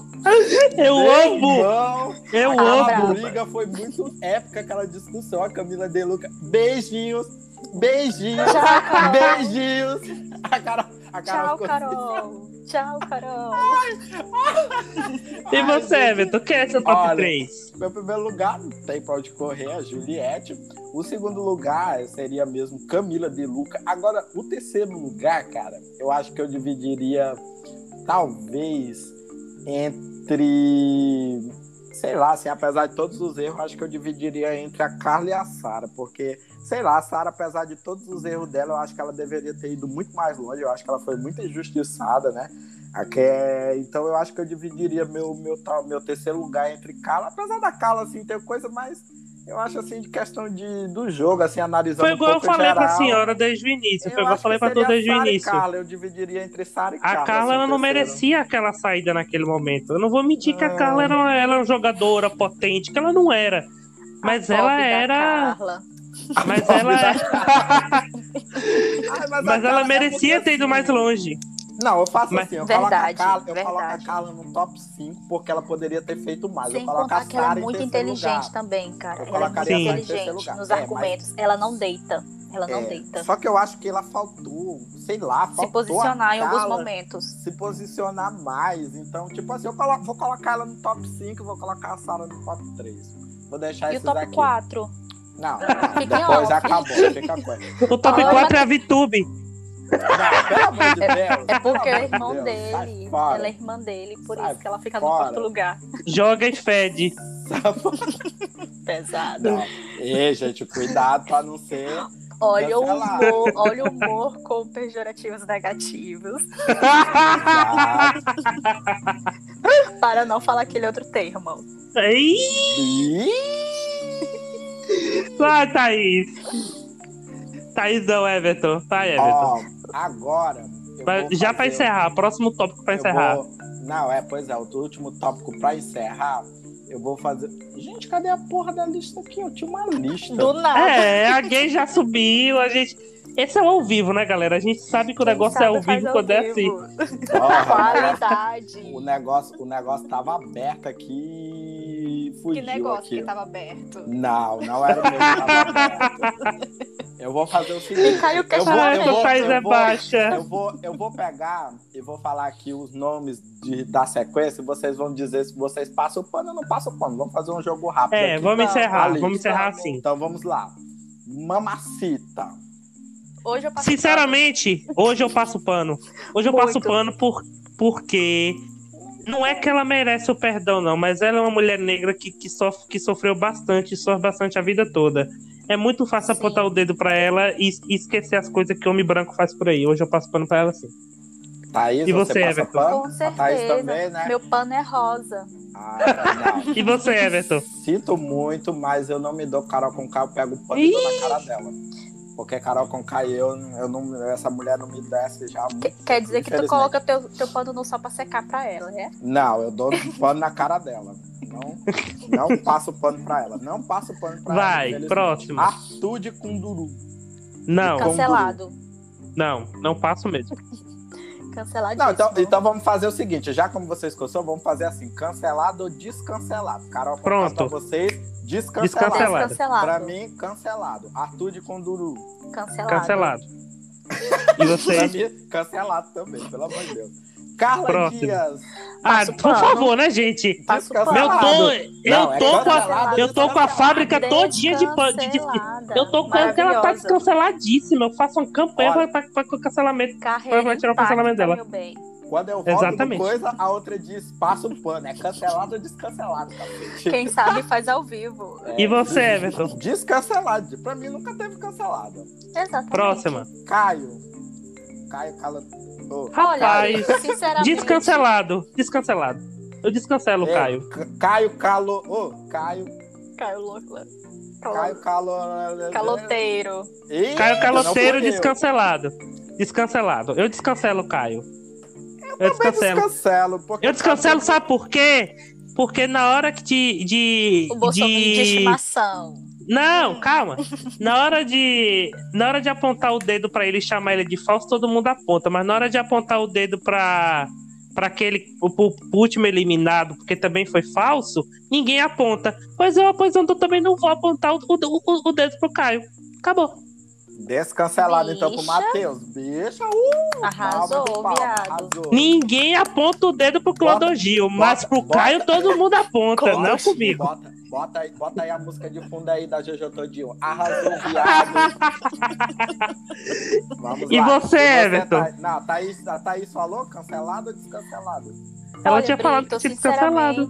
Eu amo! A briga foi muito épica, aquela discussão, a Camila De Luca, beijinhos! Tchau, beijinhos! Tchau, Carol! Tchau, Carol! E você, Everton? Quem é seu top 3? Meu primeiro lugar, não tem pra onde correr, a Juliette. O segundo lugar seria mesmo Camila De Luca. Agora, o terceiro lugar, cara, eu acho que eu dividiria, talvez, entre... Sei lá, assim, apesar de todos os erros, acho que eu dividiria entre a Carla e a Sara, porque, sei lá, a Sara, apesar de todos os erros dela, eu acho que ela deveria ter ido muito mais longe, eu acho que ela foi muito injustiçada, né? Então eu acho que eu dividiria meu terceiro lugar entre Carla, apesar da Carla, assim, ter coisa mais... Eu acho, assim, de questão do jogo, assim, analisando Foi igual um pouco eu falei geral, pra senhora desde o início. Foi igual eu falei pra tu desde o início. Carla, eu dividiria entre Sara e Carla. A Carla, assim, ela não merecia aquela saída naquele momento. Eu não vou mentir que a Carla era uma jogadora potente, que ela não era. Mas ela era... Mas ela... Mas ela merecia ter ido mais longe. Não, eu faço assim, eu coloco a Verdade. Carla no top 5, porque ela poderia ter feito mais. Sem eu coloco contar a que ela Sara é muito inteligente também, cara. Ela é muito inteligente nos argumentos. Ela não deita. Ela não deita. Só que eu acho que ela faltou, sei lá, se posicionar em alguns momentos. Se posicionar mais. Então, tipo assim, vou colocar ela no top 5 e vou colocar a Sara no top 3. Vou deixar esses aqui. E o top 4? Não, depois acabou, fica com ela. O top 4 é a VTube. Não, pelo amor de Deus. É porque é irmão dele. Ela é irmã dele, por isso que ela fica no quarto lugar. Joga e fede. Pesado. Não. E, gente, cuidado pra não ser... Olha o humor com pejorativos negativos. Para não falar aquele outro termo. Vai, Thaís. Thaís não, Everton. Vai, Everton. Agora... Já pra encerrar, próximo tópico pra encerrar. Pois é, o último tópico pra encerrar, eu vou fazer... Gente, cadê a porra da lista aqui? Eu tinha uma lista. Do nada. A gay já subiu, a gente... Esse é o ao vivo, né, galera? A gente sabe que o negócio é ao vivo quando é assim. Qualidade. O negócio tava aberto aqui e fugiu. Que negócio aqui. que tava aberto? Não era o meu que tava aberto. Eu vou fazer o seguinte. Eu vou pegar e vou falar aqui os nomes da sequência e vocês vão dizer se vocês passam o pano ou não passam o pano. Vamos fazer um jogo rápido aqui. Vamos encerrar assim. Então vamos lá. Mamacita. Hoje eu passo Sinceramente, hoje eu passo pano. Hoje eu passo pano porque não é que ela merece o perdão, não, mas ela é uma mulher negra que sofreu bastante, sofre bastante a vida toda. É muito fácil apontar o dedo pra ela e esquecer as coisas que o homem branco faz por aí. Hoje eu passo pano pra ela, sim. Thaís, e você, Everton? Pano? Com certeza. Thaís também, né? Meu pano é rosa. Não. E você, Everton? Sinto muito, mas eu não me dou Carol Conká, eu pego o pano e dou na cara dela. Porque Carol Conká e essa mulher não me desce já. Quer dizer que tu coloca teu pano no sol pra secar pra ela, né? Não, eu dou pano na cara dela. Não passo pano pra ela. Não passo pano pra ela. Vai, próximo. Arthur de Kunduru. Não. Cancelado. Não passo mesmo. Canceladíssimo. Não, então vamos fazer o seguinte, já como vocês gostou, vamos fazer assim, cancelado ou descancelado. Carol, pronto. Pra vocês, descancelado. Pra mim, cancelado. Arthur de Conduru. Cancelado. E você? Pra mim, cancelado também, pelo amor de Deus. Carla Próximo. Dias. Por favor, né, gente? Eu tô com a fábrica todinha de pano. Eu tô com ela que ela tá descanceladíssima. Eu faço uma campanha pra cancelamento. Pra tirar o cancelamento dela. Quando eu volto no coisa, a outra diz, passa o pano. É cancelado ou descancelado, cacete. Quem sabe faz ao vivo. E você, Everton? Descancelado. Pra mim, nunca teve cancelado. Exatamente. Próxima. Caio cala... Oh. Rapaz, olha, sinceramente... Descancelado. Eu descancelo o Caio. Caio calo... Oh, Caio louco. Caloteiro. Caio Caloteiro, descancelado. Eu descancelo o Caio. Eu descancelo. Eu descancelo, sabe por quê? Porque na hora que o Bolsonaro de estimação. Não, calma. Na hora de apontar o dedo pra ele e chamar ele de falso, todo mundo aponta. Mas na hora de apontar o dedo pra o último eliminado, porque também foi falso, ninguém aponta. Pois eu também não vou apontar o dedo pro Caio. Acabou. Descancelado então pro Matheus. Bicha, arrasou, viado. Ninguém aponta o dedo pro Clodogil, mas pro Caio todo mundo aponta, não comigo. Bota aí a música de fundo aí da Jojo Todinho. Arrasou, viado. Vamos e lá. Você, Everton? A Thaís falou cancelado ou descancelado? Ela tinha falado que tinha descancelado.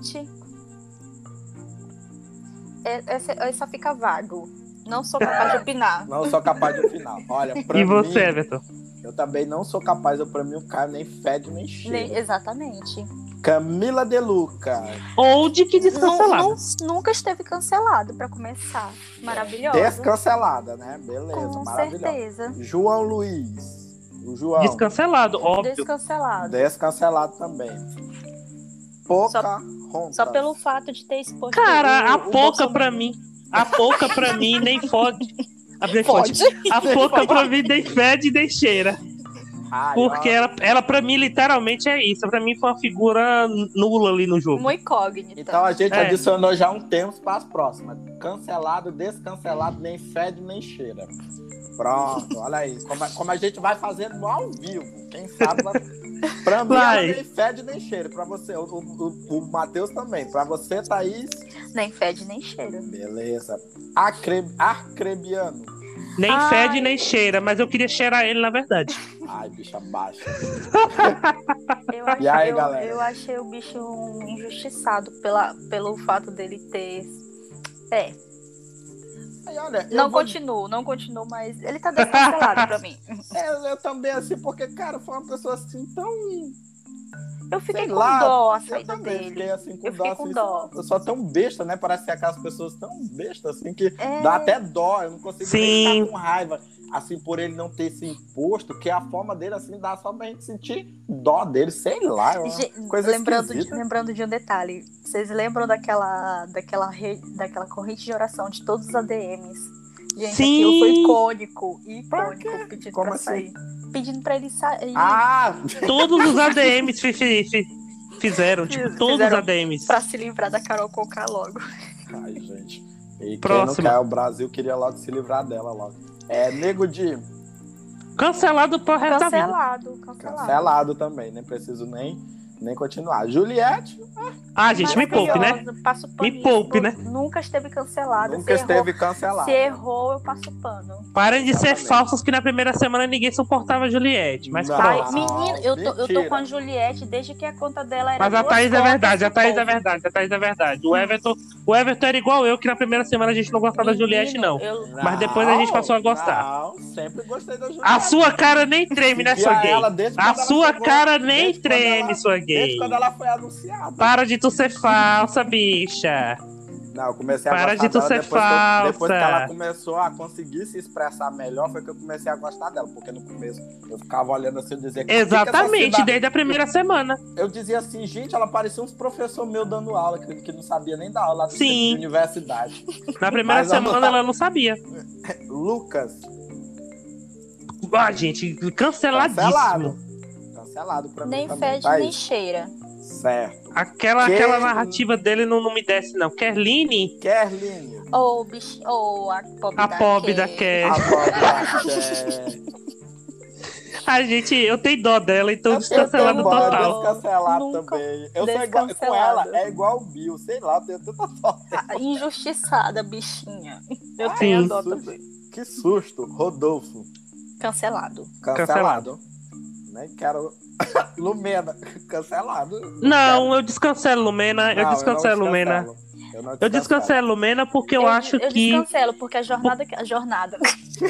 Só fica vago. Não sou capaz de opinar. Olha, pra mim... E você, você, Everton? Eu também não sou capaz. Pra mim, o Caio nem fede, nem cheira. Exatamente. Camila De Luca. Ou de que descancelado. Nunca esteve cancelado, pra começar. Maravilhosa. Descancelada, né? Beleza, com maravilhosa. certeza. João Luiz. O João. Descancelado, óbvio. Descancelado também. Pocahontas. Só pelo fato de ter exposto... Cara, a Poca pra mim nem fode. A Poca pra mim nem fede nem cheira. Porque ela pra mim literalmente é isso. Pra mim foi uma figura nula ali no jogo. Muito incógnita. Então a gente adicionou já um termo para as próximas. Cancelado, descancelado, nem fede nem cheira. Pronto, olha aí. Como a gente vai fazendo ao vivo. Quem sabe pra mim ela nem fede nem cheira. Pra você, o Matheus também. Pra você, Thaís... Nem fede nem cheira. Beleza. Arcrebiano. Nem fede nem cheira, mas eu queria cheirar ele, na verdade. Ai, bicha baixa. E aí, galera? Eu achei o bicho injustiçado pelo fato dele ter... Aí, olha, não continuo, mas ele tá descancelado pra mim. Eu também, assim, porque, cara, foi uma pessoa assim tão... Eu fiquei com dó a saída dele. Fiquei, assim, com eu dó, fiquei com assim, dó. Só tão besta, né? Parece ser aquelas pessoas tão bestas, assim, que dá até dó. Eu não consigo nem ficar com raiva, assim, por ele não ter se imposto, que a forma dele, assim, dá só pra gente sentir dó dele, sei lá. Coisa lembrando de um detalhe. Vocês lembram daquela corrente de oração de todos os ADMs? Gente, aquilo foi icônico. Pedindo Como pra assim? sair. Pedindo pra ele sair. Todos os ADMs fizeram, todos os ADMs. Pra se livrar da Carol Conká logo. Ai, gente. E próximo. Quem não quer o Brasil queria logo se livrar dela logo. Nego de... Cancelado pro resto da vida. Cancelado também, nem preciso nem continuar. Juliette. Gente, me poupe, né? Me poupe, né? Nunca esteve cancelado. Se errou, eu passo pano. Parem de ser falsos que na primeira semana ninguém suportava a Juliette. Mas pronto. Menina, eu tô com a Juliette desde que a conta dela era. Mas a Thaís é verdade, a Thaís é verdade. O Everton era igual eu, que na primeira semana a gente não gostava da Juliette, não. Mas depois a gente passou a gostar. Não, sempre gostei da Juliette. A sua cara nem treme, né, sua gay? A sua cara nem treme, sua gay. Desde quando ela foi anunciada. Para de tu ser falsa, bicha. Não, eu comecei a gostar dela. Para de tu ser falsa. Depois que ela começou a conseguir se expressar melhor, foi que eu comecei a gostar dela. Porque no começo eu ficava olhando assim e dizia... Exatamente, desde a primeira semana. Eu dizia assim, gente, ela parecia uns professores meus dando aula, que não sabia nem dar aula lá de universidade. Na primeira semana ela não sabia. Lucas. Gente, canceladíssimo. cancelado pra Nem mim também. fede, Thaís. nem cheira. Certo. Aquela narrativa dele não me desce, não. Kerline, Kerline. Ou a pobre a da pobre da Kay. A Ker. pobre da Cher. Ai, gente, eu tenho dó dela, então Eu descancelado tenho dó, total. descancelar Nunca também. Eu sou igual com ela, é igual o Bill, sei lá, eu tenho tanta dó. Injustiçada, bichinha. Eu Ai, tenho sim. dó também. Que susto. Rodolfo. Cancelado. Cancelado. Nem quero. Lumena. Cancelado. Não, eu descancelo Lumena, eu Não, descancelo não Lumena. descancelo. Eu descancelo Lumena porque eu acho eu que... descancelo, porque a jornada.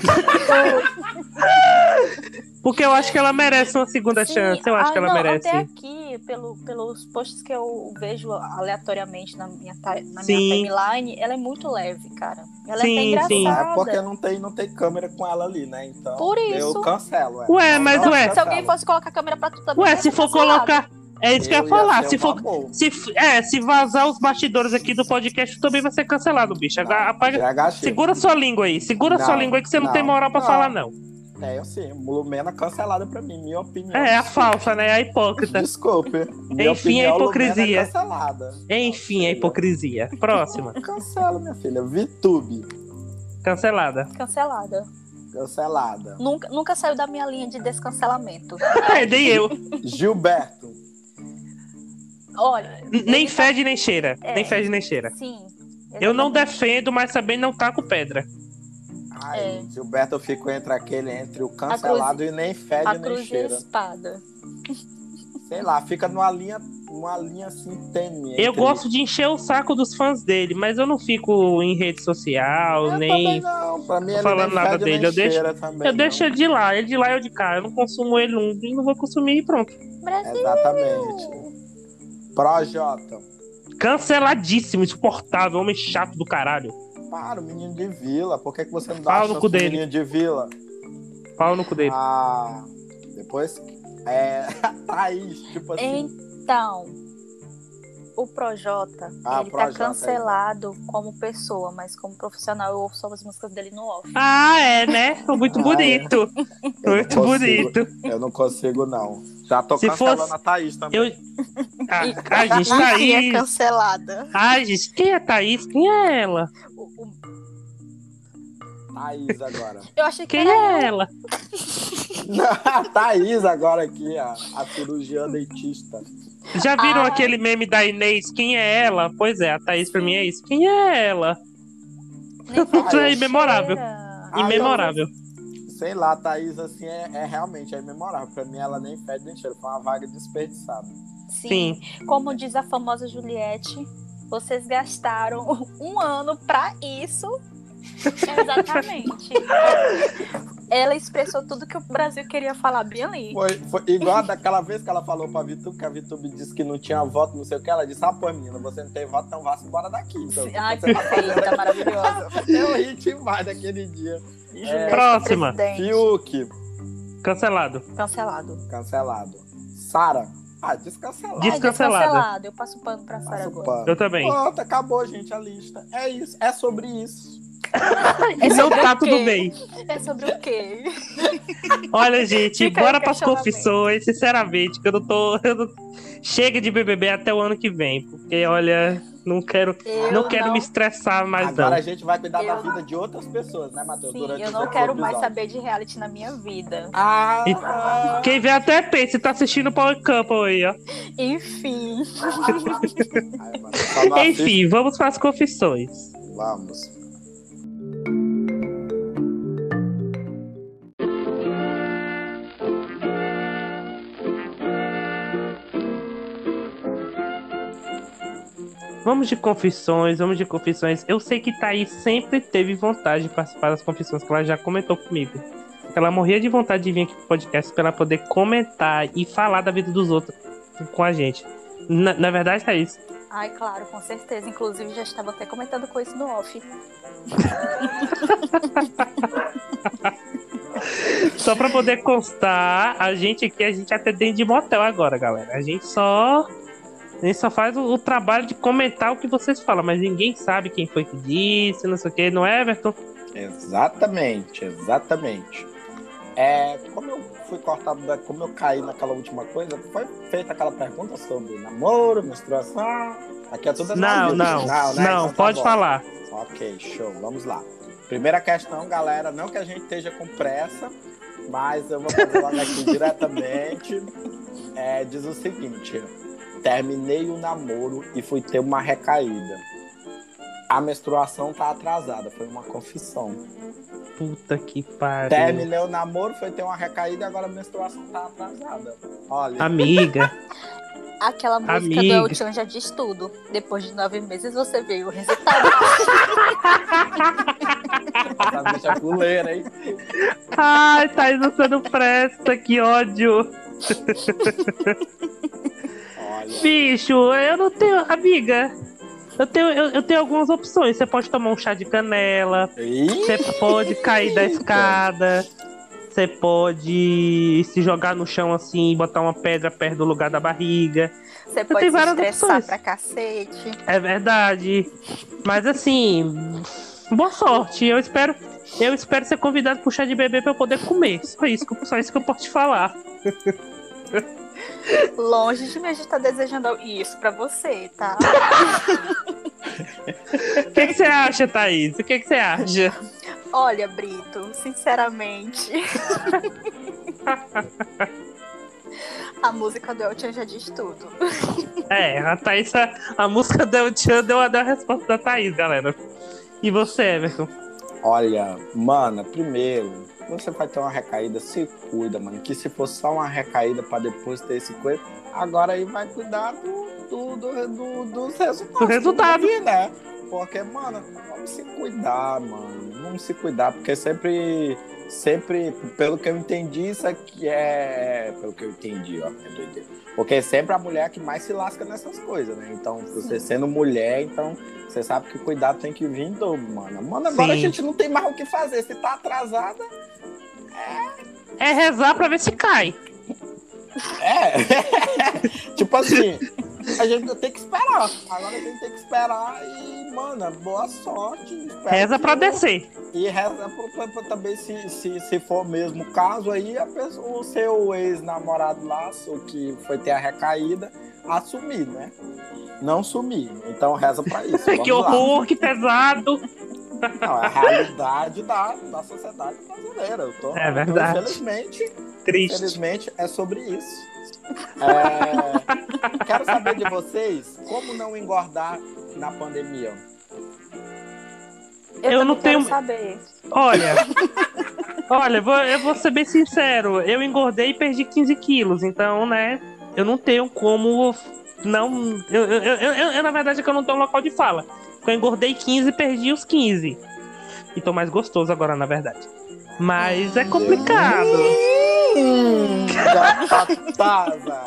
Porque eu acho que ela merece uma segunda chance. Eu acho que ela merece. Até aqui, pelos posts que eu vejo aleatoriamente na minha Sim. timeline, ela é muito leve, cara. Ela Sim, é até sim. engraçada. É porque não tem câmera com ela ali, né? Então Por eu isso. cancelo. Ué, mas Não, ué. se alguém fosse colocar a câmera pra tu também, Ué, ia se ser for cancelado. colocar... É isso que eu ia falar. Se vazar os bastidores aqui do podcast, também vai ser cancelado, bicho. Apaga... Segura sua língua aí. Segura sua língua aí que você não tem moral pra falar, não. É, eu sim. Lumena cancelada pra mim, minha opinião. É a falsa, né? A hipócrita. Desculpe. Enfim, a hipocrisia. Lumena é cancelada. Enfim, a hipocrisia. Próxima. Cancela, minha filha. VTube. Cancelada. Cancelada. Nunca saiu da minha linha de descancelamento. Nem eu. Gilberto. Olha. Nem fede nem cheira. Nem fede nem cheira. Sim. Exatamente. Eu não defendo, mas também não taco pedra. Ai, Gilberto, eu fico entre o cancelado e nem fede nem cheira. A espada. Sei lá, fica numa linha assim tênue. Eu gosto de encher o saco dos fãs dele, mas eu não fico em rede social, nem não. Pra mim, falando nada dele. Eu deixo ele de lá, eu de cá. Eu não consumo ele e não vou consumir e pronto. Brasil. Exatamente. Projota. Canceladíssimo, insuportável, homem chato do caralho. Para, o menino de vila. Por que você não dá chance pro menino de vila? Pau no cu dele. Depois, Thaís, tipo assim. Então, o Projota, ele tá cancelado como pessoa, mas como profissional eu ouço as músicas dele no off. Né? Muito bonito. Muito bonito. Eu não consigo, não. Já tô cancelando a Thaís também. Gente, Thaís. É cancelada. Gente, quem é Thaís? Quem é ela? Thaís agora. Eu achei que quem é ela? A Thaís agora aqui, a cirurgiã dentista. Já viram aquele meme da Inês? Quem é ela? Pois é, a Thaís pra mim é isso. Quem é ela? É imemorável. Imemorável. Sei lá, a Thaís assim é realmente imemorável. Pra mim ela nem fede nem cheira. Foi uma vaga desperdiçada. Sim. Como diz a famosa Juliette, vocês gastaram 1 ano pra isso. Exatamente. Ela expressou tudo que o Brasil queria falar bem ali. Foi igual daquela vez que ela falou pra VTube, que a VTube disse que não tinha voto, não sei o que. Ela disse: pô, menina, você não tem voto, então vá-se embora daqui. Então, perfeita, maravilhosa. Eu ri demais daquele dia. Próxima. Fiuk. Cancelado. Sara. Descancelado. Descancelado. Eu passo pano pra Sara agora. Eu também. Pronto, acabou, gente, a lista. É isso, é sobre isso. Não tá tudo bem. É sobre o quê? Olha, gente, bora pras confissões, sinceramente, que eu não... Chega de BBB até o ano que vem, porque, olha, não quero me estressar mais. Agora não. A gente vai cuidar da vida de outras pessoas, né, Matheus? Sim, eu não quero mais saber de reality na minha vida. Quem vê até pensa, tá assistindo o Power Couple aí, ó. Enfim. Enfim, vamos pras confissões. Vamos. Vamos de confissões. Eu sei que Thaís sempre teve vontade de participar das confissões, que ela já comentou comigo. Ela morria de vontade de vir aqui pro podcast pra ela poder comentar e falar da vida dos outros com a gente. Na verdade, Thaís? Ai, claro, com certeza. Inclusive, já estava até comentando com isso no off. Só pra poder constar, a gente até dentro de motel agora, galera. A gente só faz o trabalho de comentar o que vocês falam, mas ninguém sabe quem foi que disse, não sei o que, não é, Everton? Exatamente. Como eu fui cortado, como eu caí naquela última coisa, foi feita aquela pergunta sobre namoro, menstruação. Aqui é tudo Não, né? Então, pode falar. Ok, show, vamos lá. Primeira questão, galera, não que a gente esteja com pressa, mas eu vou fazer logo aqui diretamente. Diz o seguinte: terminei o namoro e fui ter uma recaída. A menstruação tá atrasada, foi uma confissão. Puta que pariu. Terminei o namoro, foi ter uma recaída e agora a menstruação tá atrasada. Olha. Amiga. Aquela música do El Chan já diz tudo. Depois de 9 meses você veio o resultado. Essa bicha é fuleira, hein? Ai, Thaís, você não presta, que ódio. Olha. Bicho, eu não tenho... Amiga, eu tenho algumas opções. Você pode tomar um chá de canela. Você pode cair da escada. Você pode se jogar no chão assim e botar uma pedra perto do lugar da barriga. Você pode se estressar pra cacete. É verdade. Mas assim, boa sorte. Eu espero ser convidado pro chá de bebê pra eu poder comer. Só isso que eu posso te falar. Longe de mim a gente tá desejando isso pra você, tá? O que você acha, Thaís? O que você acha? Olha, Brito, sinceramente... A música do El Chan já diz tudo. A Thaís, a música do El Chan deu a resposta da Thaís, galera. E você, Everton? Olha, mano, primeiro, você vai ter uma recaída, se cuida, mano. Que se for só uma recaída pra depois ter esse coisa, agora aí vai cuidar dos resultados. Do resultado. Né? Porque, mano, vamos se cuidar, mano. Vamos se cuidar, porque sempre, pelo que eu entendi, isso aqui pelo que eu entendi, ó, é doideira. Porque sempre a mulher que mais se lasca nessas coisas, né? Então, você sendo mulher, então, você sabe que o cuidado tem que vir em dobro, mano. Mano, agora a gente não tem mais o que fazer. Se tá atrasada, é rezar pra ver se cai. Tipo assim, a gente tem que esperar. Agora a gente tem que esperar e, mano, boa sorte. Reza pra descer. E reza pra também, se for mesmo o caso, aí o seu ex-namorado lá, o que foi ter a recaída, assumir, né? Não sumir. Então reza pra isso. Que horror, que pesado. Não, é a realidade da sociedade brasileira. É verdade. Infelizmente, é sobre isso. Quero saber de vocês como não engordar na pandemia. Eu não tenho saber. Olha, eu vou ser bem sincero. Eu engordei e perdi 15 quilos. Então, né, eu não tenho como não... Eu na verdade, eu não tenho local de fala. Eu engordei 15 e perdi os 15. E tô mais gostoso agora, na verdade. Mas é complicado. Gatataza.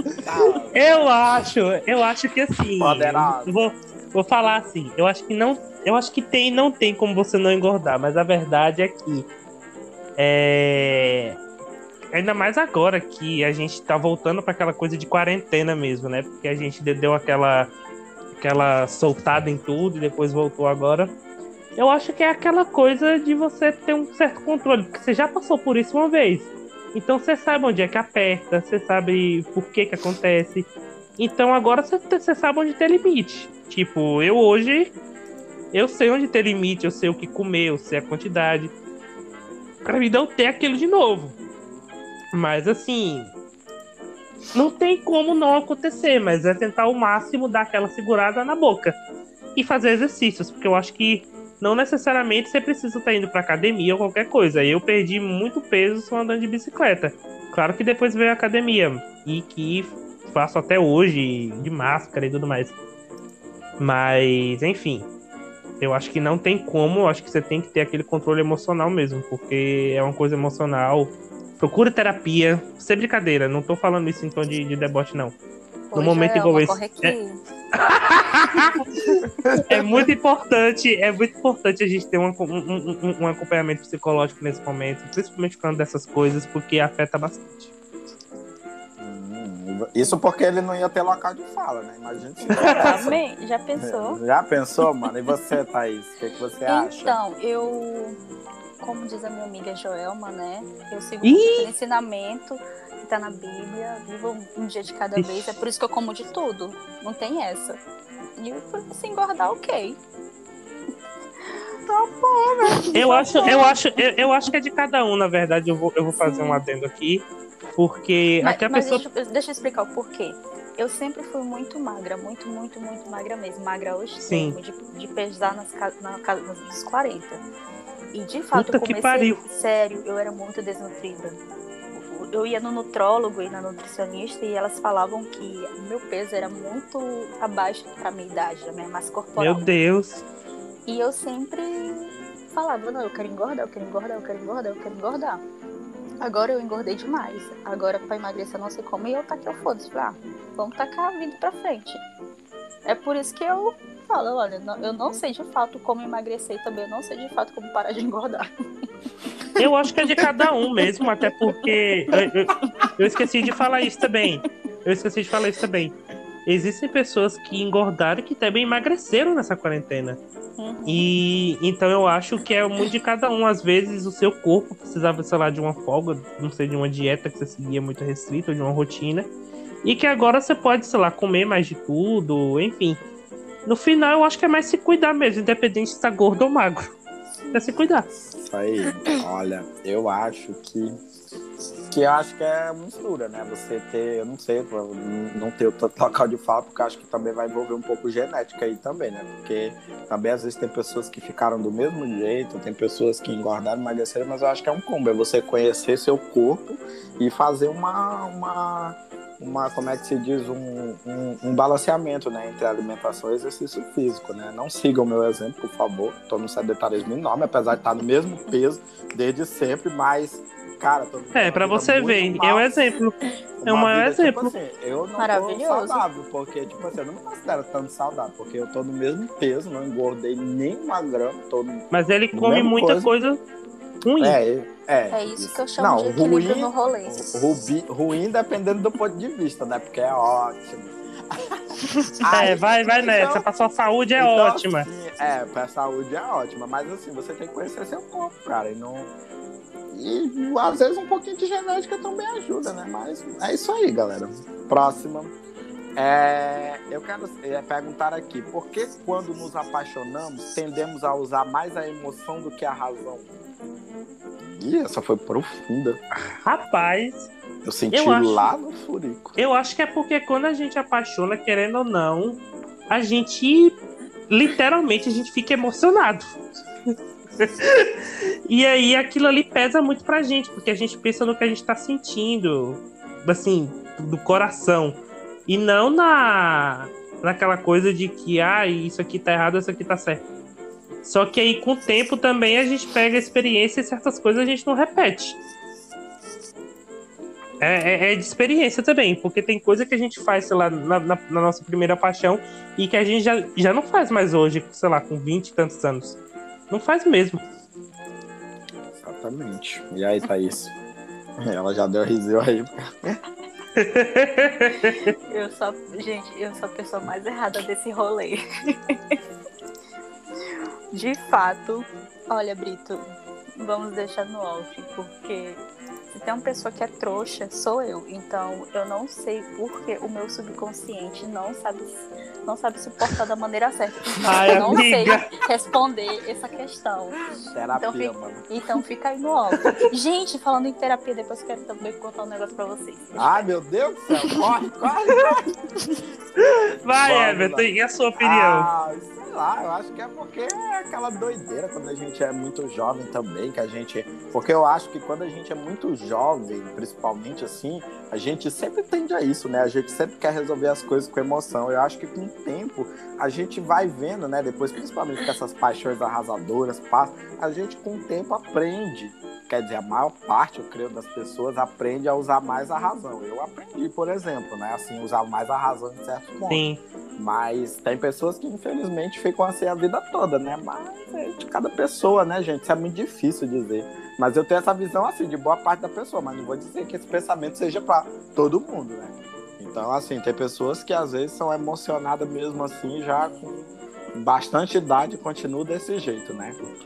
Eu acho que assim... Vou falar assim. Eu acho que não tem como você não engordar. Mas a verdade é que... Ainda mais agora que a gente tá voltando pra aquela coisa de quarentena mesmo, né? Porque a gente deu aquela soltada em tudo e depois voltou agora. Eu acho que é aquela coisa de você ter um certo controle, porque você já passou por isso uma vez. Então você sabe onde é que aperta, você sabe por que acontece. Então agora você sabe onde tem limite. Tipo, eu sei onde tem limite, eu sei o que comer, eu sei a quantidade. Pra mim não ter aquilo de novo. Mas assim, não tem como não acontecer, mas é tentar ao máximo dar aquela segurada na boca e fazer exercícios, porque eu acho que não necessariamente você precisa estar indo pra academia ou qualquer coisa. Eu perdi muito peso só andando de bicicleta. Claro que depois veio a academia e que faço até hoje de máscara e tudo mais. Mas, enfim, eu acho que não tem como, eu acho que você tem que ter aquele controle emocional mesmo, porque é uma coisa emocional. Procura terapia, sem brincadeira, não tô falando isso em tom de deboche, não. No momento igual esse. É muito importante a gente ter um acompanhamento psicológico nesse momento, principalmente falando dessas coisas, porque afeta bastante. Isso porque ele não ia ter local de fala, né? Imagina se Já pensou? Já pensou, mano? E você, Thaís? O que você acha? Então, eu como diz a minha amiga Joelma, né? Eu sigo muito o ensinamento que tá na Bíblia, vivo um dia de cada vez, é por isso que eu como de tudo, não tem essa. E se engordar, ok. Tá bom, né? Eu acho que é de cada um, na verdade. Eu vou fazer um adendo aqui, porque Mas, até a mas pessoa... deixa eu explicar o porquê. Eu sempre fui muito magra, muito magra mesmo. Magra ao extremo, de pesar na casa dos 40. E de fato, Puta eu que comecei, pariu. sério, eu era muito desnutrida. Eu ia no nutrólogo e na nutricionista e elas falavam que meu peso era muito abaixo pra minha idade, da minha massa corporal. Meu Deus. E eu sempre falava, não, eu quero engordar, eu quero engordar, eu quero engordar, eu quero engordar. Agora eu engordei demais. Agora pra emagrecer eu não sei como. E eu taquei o foda-se. Vamos tacar a vida pra frente. É por isso que eu falo, olha, eu não sei de fato como emagrecer e também eu não sei de fato como parar de engordar. Eu acho que é de cada um mesmo, até porque... Eu esqueci de falar isso também. Existem pessoas que engordaram e que também emagreceram nessa quarentena. E então eu acho que é muito de cada um. Às vezes o seu corpo precisava, sei lá, de uma folga, não sei, de uma dieta que você seguia muito restrita, ou de uma rotina. E que agora você pode, sei lá, comer mais de tudo, enfim. No final eu acho que é mais se cuidar mesmo, independente se tá gordo ou magro. É se cuidar. Isso aí. Olha, eu acho que é mistura, né? Você ter, eu não sei, não ter o local de fala, porque eu acho que também vai envolver um pouco genética aí também, né? Porque também às vezes tem pessoas que ficaram do mesmo jeito, tem pessoas que engordaram, emagreceram, mas eu acho que é um combo, é você conhecer seu corpo e fazer uma como é que se diz, um balanceamento, né, entre alimentação e exercício físico, né? Não sigam o meu exemplo, por favor. Estou no sedentarismo enorme, apesar de estar no mesmo peso desde sempre, mas, cara, tô vivendo pra uma vida você muito ver, mal. é o exemplo. É o Uma maior vida, exemplo. tipo assim, eu não tô Maravilhoso. saudável, porque, tipo assim, eu não me considero tanto saudável, porque eu tô no mesmo peso, não engordei nem uma grama, tô Mas ele no come mesmo muita coisa ruim. É isso que eu chamo de equilíbrio no rolê. Ruim dependendo do ponto de vista, né? Porque é ótimo. Vai então, nessa. Pra sua saúde é então, ótima. Assim, pra saúde é ótima. Mas assim, você tem que conhecer seu corpo, cara. E às vezes um pouquinho de genética também ajuda, né? Mas é isso aí, galera. Próxima. Eu quero perguntar aqui, por que quando nos apaixonamos tendemos a usar mais a emoção do que a razão? Ih, essa foi profunda. Rapaz, eu senti lá no furico. Eu acho que é porque quando a gente apaixona, querendo ou não, a gente literalmente fica emocionado. E aí aquilo ali pesa muito pra gente, porque a gente pensa no que a gente tá sentindo, assim, do coração. E não naquela coisa de que, isso aqui tá errado, isso aqui tá certo. Só que aí com o tempo também a gente pega a experiência e certas coisas a gente não repete. É de experiência também, porque tem coisa que a gente faz, sei lá, na nossa primeira paixão e que a gente já não faz mais hoje, sei lá, com 20 e tantos anos. Não faz mesmo. Exatamente. E aí, Thaís? Ela já deu risinho aí. Gente, eu sou a pessoa mais errada desse rolê. De fato, olha, Brito, vamos deixar no off, porque se tem uma pessoa que é trouxa, sou eu. Então, eu não sei porque o meu subconsciente não sabe se portar da maneira certa. Então, eu não sei responder essa questão. Terapia, então fica aí no off. Gente, falando em terapia, depois eu quero também contar um negócio pra vocês. Meu Deus do céu, corre! Vai, Everton, e a sua opinião? Sei lá, eu acho que é porque é aquela doideira quando a gente é muito jovem também, porque eu acho que quando a gente é muito jovem, principalmente assim, a gente sempre tende a isso, né? A gente sempre quer resolver as coisas com emoção. Eu acho que com o tempo a gente vai vendo, né? Depois, principalmente que essas paixões arrasadoras passam, a gente com o tempo aprende. Quer dizer, a maior parte, eu creio, das pessoas aprende a usar mais a razão. Eu aprendi, por exemplo, né? Assim, usar mais a razão em certos pontos. Sim. Mas tem pessoas que, infelizmente, ficam assim a vida toda, né? Mas é de cada pessoa, né, gente? Isso é muito difícil dizer. Mas eu tenho essa visão, assim, de boa parte da pessoa. Mas não vou dizer que esse pensamento seja para todo mundo, né? Então, assim, tem pessoas que, às vezes, são emocionadas mesmo assim, já com bastante idade, continuam desse jeito, né? Mas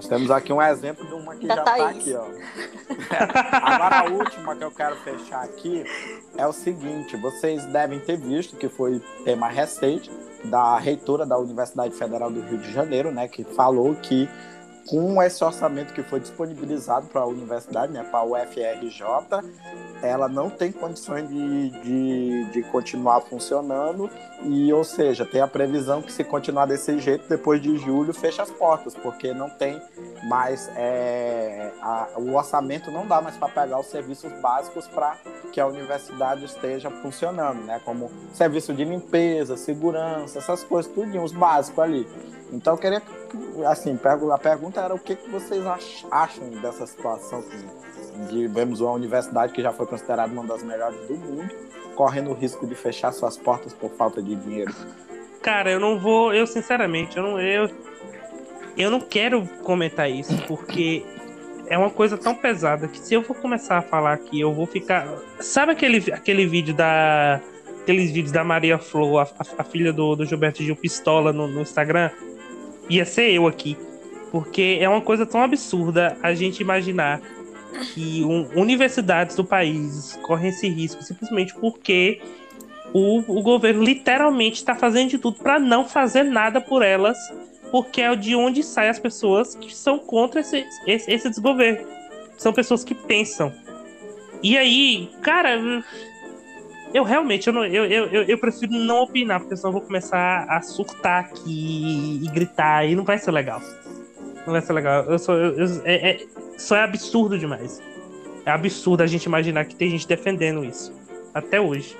Temos aqui um exemplo de uma que já tá aqui, ó. Agora a última que eu quero fechar aqui é o seguinte, vocês devem ter visto que foi tema recente da reitora da Universidade Federal do Rio de Janeiro, né, que falou que com esse orçamento que foi disponibilizado para a universidade, né, para a UFRJ, ela não tem condições de continuar funcionando e, ou seja, tem a previsão que se continuar desse jeito, depois de julho, fecha as portas, porque não tem mais, o orçamento não dá mais para pegar os serviços básicos para que a universidade esteja funcionando, né, como serviço de limpeza, segurança, essas coisas, tudo, os básicos ali. Então, eu queria, assim, a pergunta era o que vocês acham dessa situação de vemos uma universidade que já foi considerada uma das melhores do mundo, correndo o risco de fechar suas portas por falta de dinheiro. Cara, eu sinceramente, eu não quero comentar isso, porque é uma coisa tão pesada que se eu for começar a falar aqui, eu vou ficar... Sabe aqueles vídeos da Maria Flor, a filha do Gilberto Gil Pistola no Instagram? Ia ser eu aqui. Porque é uma coisa tão absurda a gente imaginar que universidades do país correm esse risco simplesmente porque o governo literalmente está fazendo de tudo para não fazer nada por elas, porque é de onde saem as pessoas que são contra esse desgoverno. São pessoas que pensam. E aí, cara, eu realmente eu prefiro não opinar, porque senão eu vou começar a surtar aqui e gritar, e não vai ser legal. Não vai ser legal. Só é absurdo demais. É absurdo a gente imaginar que tem gente defendendo isso. Até hoje.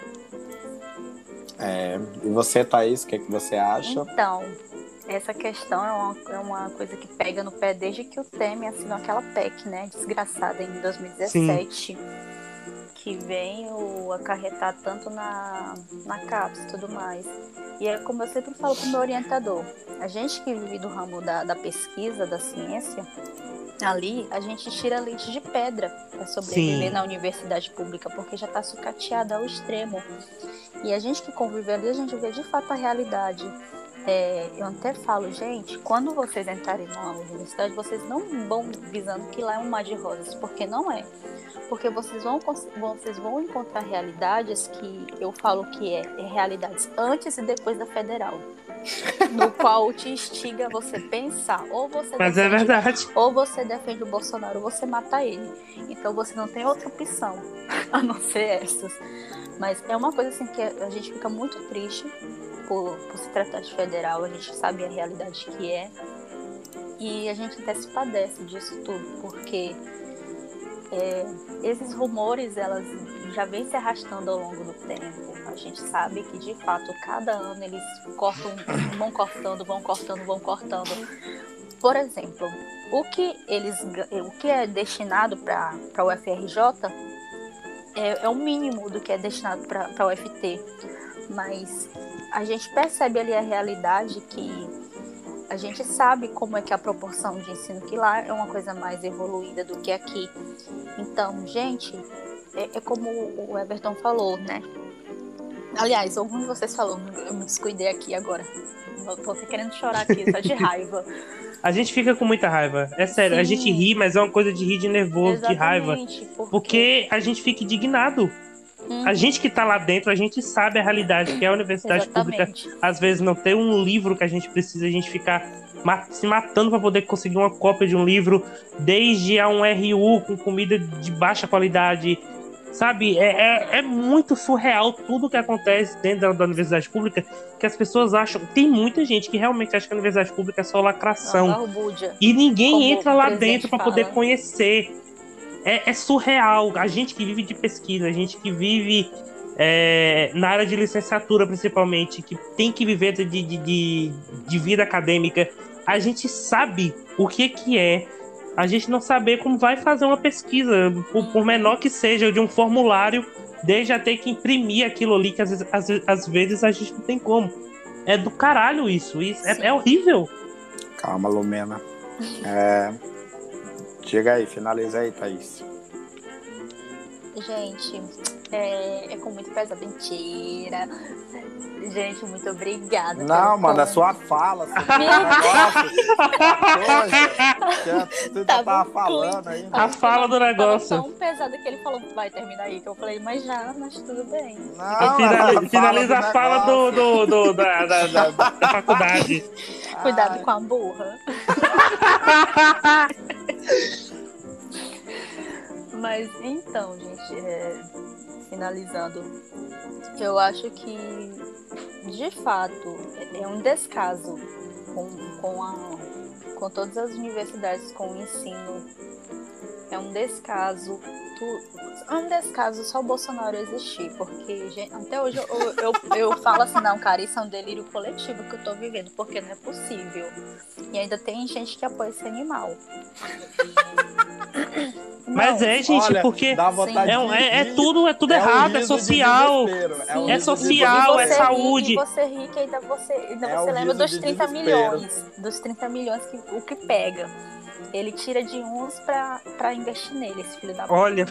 E você, Thaís, o que você acha? Então, essa questão é uma coisa que pega no pé desde que o Temer assinou aquela PEC, né? Desgraçada, em 2017. Sim. Que veio acarretar tanto na CAPES e tudo mais. E é como eu sempre falo pro meu orientador, a gente que vive do ramo da pesquisa, da ciência, ali a gente tira leite de pedra para sobreviver. Sim. Na universidade pública, porque já está sucateada ao extremo. E a gente que convive ali, a gente vê de fato a realidade. Eu até falo, gente, quando vocês entrarem na universidade, vocês não vão visando que lá é um mar de rosas, porque não é. Porque vocês vão encontrar realidades que eu falo que é realidades antes e depois da federal. No qual te instiga você pensar, ou você Mas defende, é verdade. Ou você defende o Bolsonaro, ou você mata ele. Então você não tem outra opção a não ser essas. Mas é uma coisa assim que a gente fica muito triste por se tratar de federal, a gente sabe a realidade que é. E a gente até se padece disso tudo, porque esses rumores, elas já vêm se arrastando ao longo do tempo. A gente sabe que, de fato, cada ano eles vão cortando. Por exemplo, o que é destinado para a UFRJ é o mínimo do que é destinado para a UFT. Mas a gente percebe ali a realidade que a gente sabe como é que a proporção de ensino que lá é uma coisa mais evoluída do que aqui. Então, gente, é como o Everton falou, né? Aliás, algum de vocês falou, eu me descuidei aqui agora. Eu tô até querendo chorar aqui, só de raiva. A gente fica com muita raiva. É sério, sim. A gente ri, mas é uma coisa de rir de nervoso, exatamente, de raiva. Porque a gente fica indignado. A gente que tá lá dentro, a gente sabe a realidade, que é a universidade pública. Às vezes não tem um livro que a gente precisa, a gente ficar se matando para poder conseguir uma cópia de um livro, desde a um RU com comida de baixa qualidade. Sabe, é muito surreal tudo que acontece dentro da universidade pública, que as pessoas acham... Tem muita gente que realmente acha que a universidade pública é só lacração. E ninguém entra lá dentro para poder conhecer. É surreal. A gente que vive de pesquisa, a gente que vive na área de licenciatura, principalmente, que tem que viver de vida acadêmica, a gente sabe o que é a gente não saber como vai fazer uma pesquisa, por menor que seja, de um formulário, desde a ter que imprimir aquilo ali, que às vezes a gente não tem como. É do caralho isso é horrível. Calma, Lumena. Chega aí, finaliza aí, Thaís. Gente, É com muito pesado. Mentira. Gente, muito obrigada. Não, mano, a sua fala, seu negócio, você Tava tava falando aí. A fala do negócio. Tava tão pesada que ele falou, vai terminar aí. Que eu falei, mas tudo bem. Não, finaliza a fala da faculdade. Cuidado com a burra. Mas então, gente, finalizando, eu acho que de fato é um descaso com todas as universidades, com o ensino. É um descaso. É um descaso só o Bolsonaro existir, porque gente, até hoje eu falo assim, não, cara, isso é um delírio coletivo que eu tô vivendo, porque não é possível. E ainda tem gente que apoia esse animal. Mas gente, olha, porque é tudo errado, é social. É social, é saúde. E você ri que ainda você lembra dos 30 milhões. Dos 30 milhões o que pega. Ele tira de uns pra investir nele, esse filho da puta. Olha,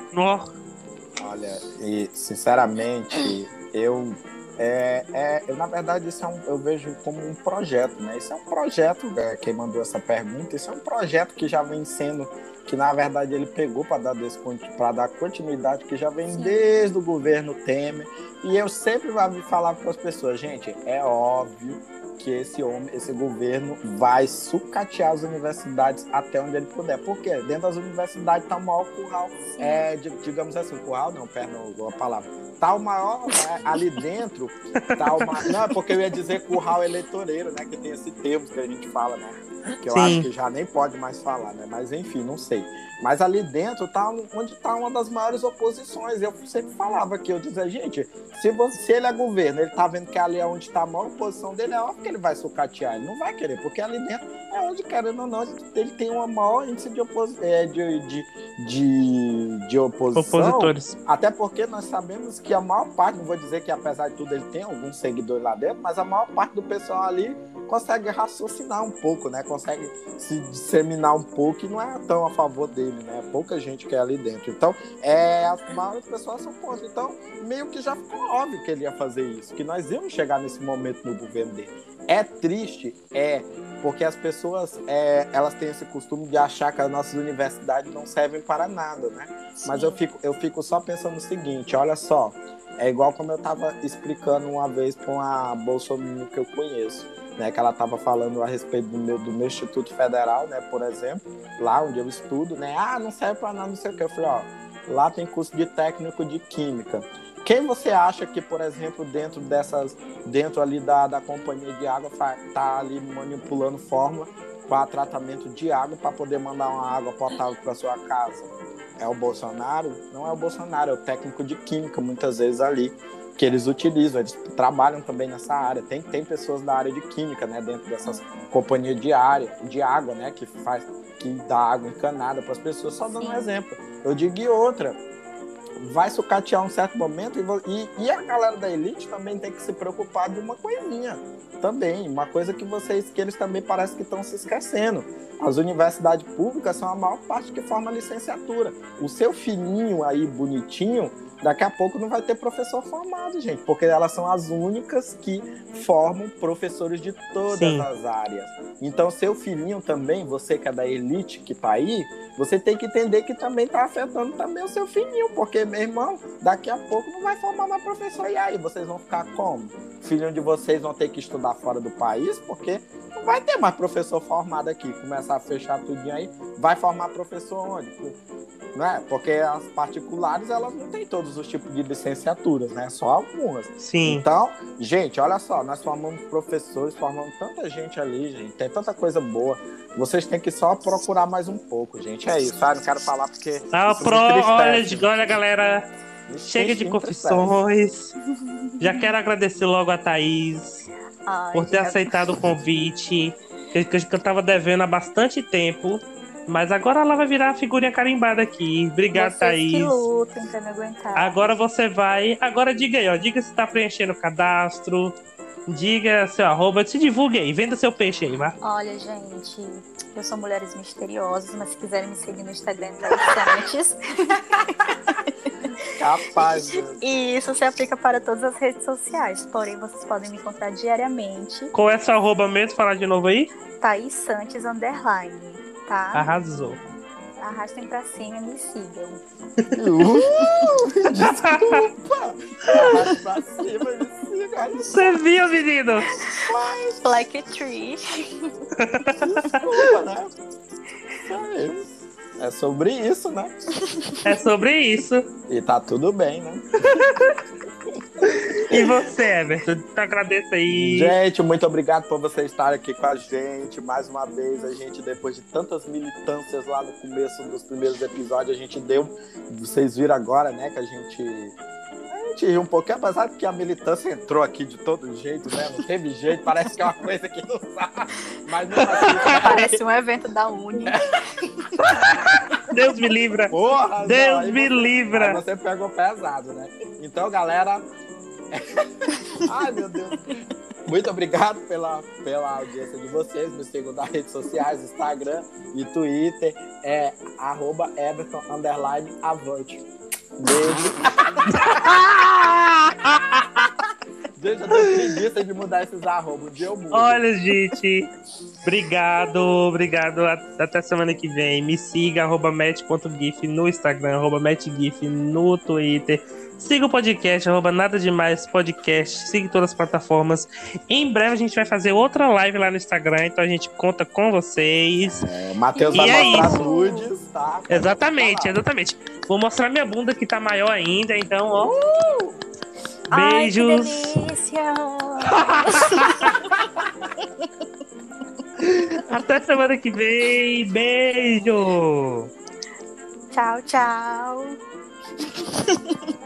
e sinceramente, eu na verdade, isso eu vejo como um projeto, né? Isso é um projeto, quem mandou essa pergunta, isso é um projeto que já vem sendo, que na verdade ele pegou para dar continuidade, que já vem desde o governo Temer. E eu sempre vou falar para as pessoas, gente, é óbvio que esse governo vai sucatear as universidades até onde ele puder. Por quê? Dentro das universidades está o maior curral, digamos assim, curral não, perdão a palavra. Tá o maior, ali dentro, não, é porque eu ia dizer curral eleitoreiro, né, que tem esse termo que a gente fala, né, que eu acho que já nem pode mais falar, né, mas enfim, não sei. Mas ali dentro tá onde está uma das maiores oposições. Eu sempre falava aqui, eu dizia, gente, se ele é governo, ele tá vendo que ali é onde está a maior oposição dele, é óbvio que ele vai sucatear, ele não vai querer, porque ali dentro é onde, querendo ou não, ele tem uma maior índice de oposição. Opositores. Até porque nós sabemos que a maior parte, não vou dizer que apesar de tudo ele tem alguns seguidores lá dentro, mas a maior parte do pessoal ali consegue raciocinar um pouco, né? Consegue se disseminar um pouco e não é tão a favor dele, né? Pouca gente que é ali dentro. Então, as maiores pessoas são contra. Então, meio que já ficou óbvio que ele ia fazer isso, que nós íamos chegar nesse momento no governo dele. É triste, porque as pessoas, elas têm esse costume de achar que as nossas universidades não servem para nada, né? Sim. Mas eu fico só pensando no seguinte, olha só, é igual como eu estava explicando uma vez para uma bolsominion que eu conheço, né, que ela estava falando a respeito do meu Instituto Federal, né, por exemplo, lá onde eu estudo, né, não serve para nada, não sei o que. Eu falei, lá tem curso de técnico de química. Quem você acha que, por exemplo, dentro ali da companhia de água, tá ali manipulando fórmula para tratamento de água para poder mandar uma água potável para sua casa? É o Bolsonaro? Não é o Bolsonaro, é o técnico de química, muitas vezes ali, que eles utilizam, eles trabalham também nessa área. Tem pessoas da área de química, né, dentro dessas companhias de água, né, que dá água encanada para as pessoas, só dando um exemplo. Eu digo outra, vai sucatear um certo momento e a galera da elite também tem que se preocupar de uma coisinha também, uma coisa que eles também parecem que estão se esquecendo. As universidades públicas são a maior parte que forma licenciatura. O seu filhinho aí, bonitinho, daqui a pouco não vai ter professor formado, gente, porque elas são as únicas que formam professores de todas as áreas. Então, seu filhinho também, você que é da elite que tá aí, você tem que entender que também tá afetando também o seu filhinho, porque, meu irmão, daqui a pouco não vai formar mais professor. E aí, vocês vão ficar como? Filhinho de vocês vão ter que estudar fora do país, porque não vai ter mais professor formado aqui. Começar a fechar tudinho aí, vai formar professor onde? Né? Porque as particulares, elas não têm todos os tipos de licenciaturas, né? Só algumas. Sim. Então, gente, olha só, nós formamos professores, formamos tanta gente ali, gente, tem tanta coisa boa. Vocês têm que só procurar mais um pouco, gente. É isso, tá? Não quero falar porque... Olha, galera, chega de confissões. Já quero agradecer logo a Thaís por ter aceitado o convite, que eu tava devendo há bastante tempo. Mas agora ela vai virar a figurinha carimbada aqui. Obrigado, Vocês Thaís. que lutem pra me aguentar. Agora você vai... Agora diga aí, diga se tá preenchendo o cadastro. Diga seu arroba, se divulgue aí, venda seu peixe aí, vá. Olha, gente, eu sou Mulheres Misteriosas, mas se quiserem me seguir no Instagram, Thaís Sanches. Capaz. E isso se aplica para todas as redes sociais, porém vocês podem me encontrar diariamente. Qual é essa arroba mesmo? Falar de novo aí? Thaís Sanches _, tá? Arrasou. Arrastem pra cima e me sigam. Desculpa! Arrastem pra cima, me siga. Você viu, menino? Like a tree. Desculpa, né? É sobre isso, né? É sobre isso. E tá tudo bem, né? E você, Everton? Te agradeço aí. Gente, muito obrigado por você estar aqui com a gente. Mais uma vez, a gente, depois de tantas militâncias lá no começo dos primeiros episódios, a gente deu... Vocês viram agora, né, que a gente riu um pouquinho, apesar de que a militância entrou aqui de todo jeito, né? Não teve jeito, parece que é uma coisa que não sabe. Mas não assim, parece um evento da Uni. Deus me livra. Porra, Deus me livra. Aí você pegou pesado, né? Então, galera... Ai, meu Deus. Muito obrigado pela audiência de vocês. Me sigam nas redes sociais, Instagram e Twitter. É @Everton_Avante. Beijo. Gente, eu tenho preguiça de mudar esses arrobas. Eu mudo. Olha, gente. Obrigado. Até semana que vem. Me siga, @match.gif no Instagram, @matchgif no Twitter. Siga o podcast, Nada Demais Podcast. Siga todas as plataformas. Em breve a gente vai fazer outra live lá no Instagram, então a gente conta com vocês. Matheus vai mostrar nudes, tá? Exatamente. Vou mostrar minha bunda que tá maior ainda, então, ó. Beijos. Beijos. Ai, que delícia. Até semana que vem. Beijo. Tchau, tchau.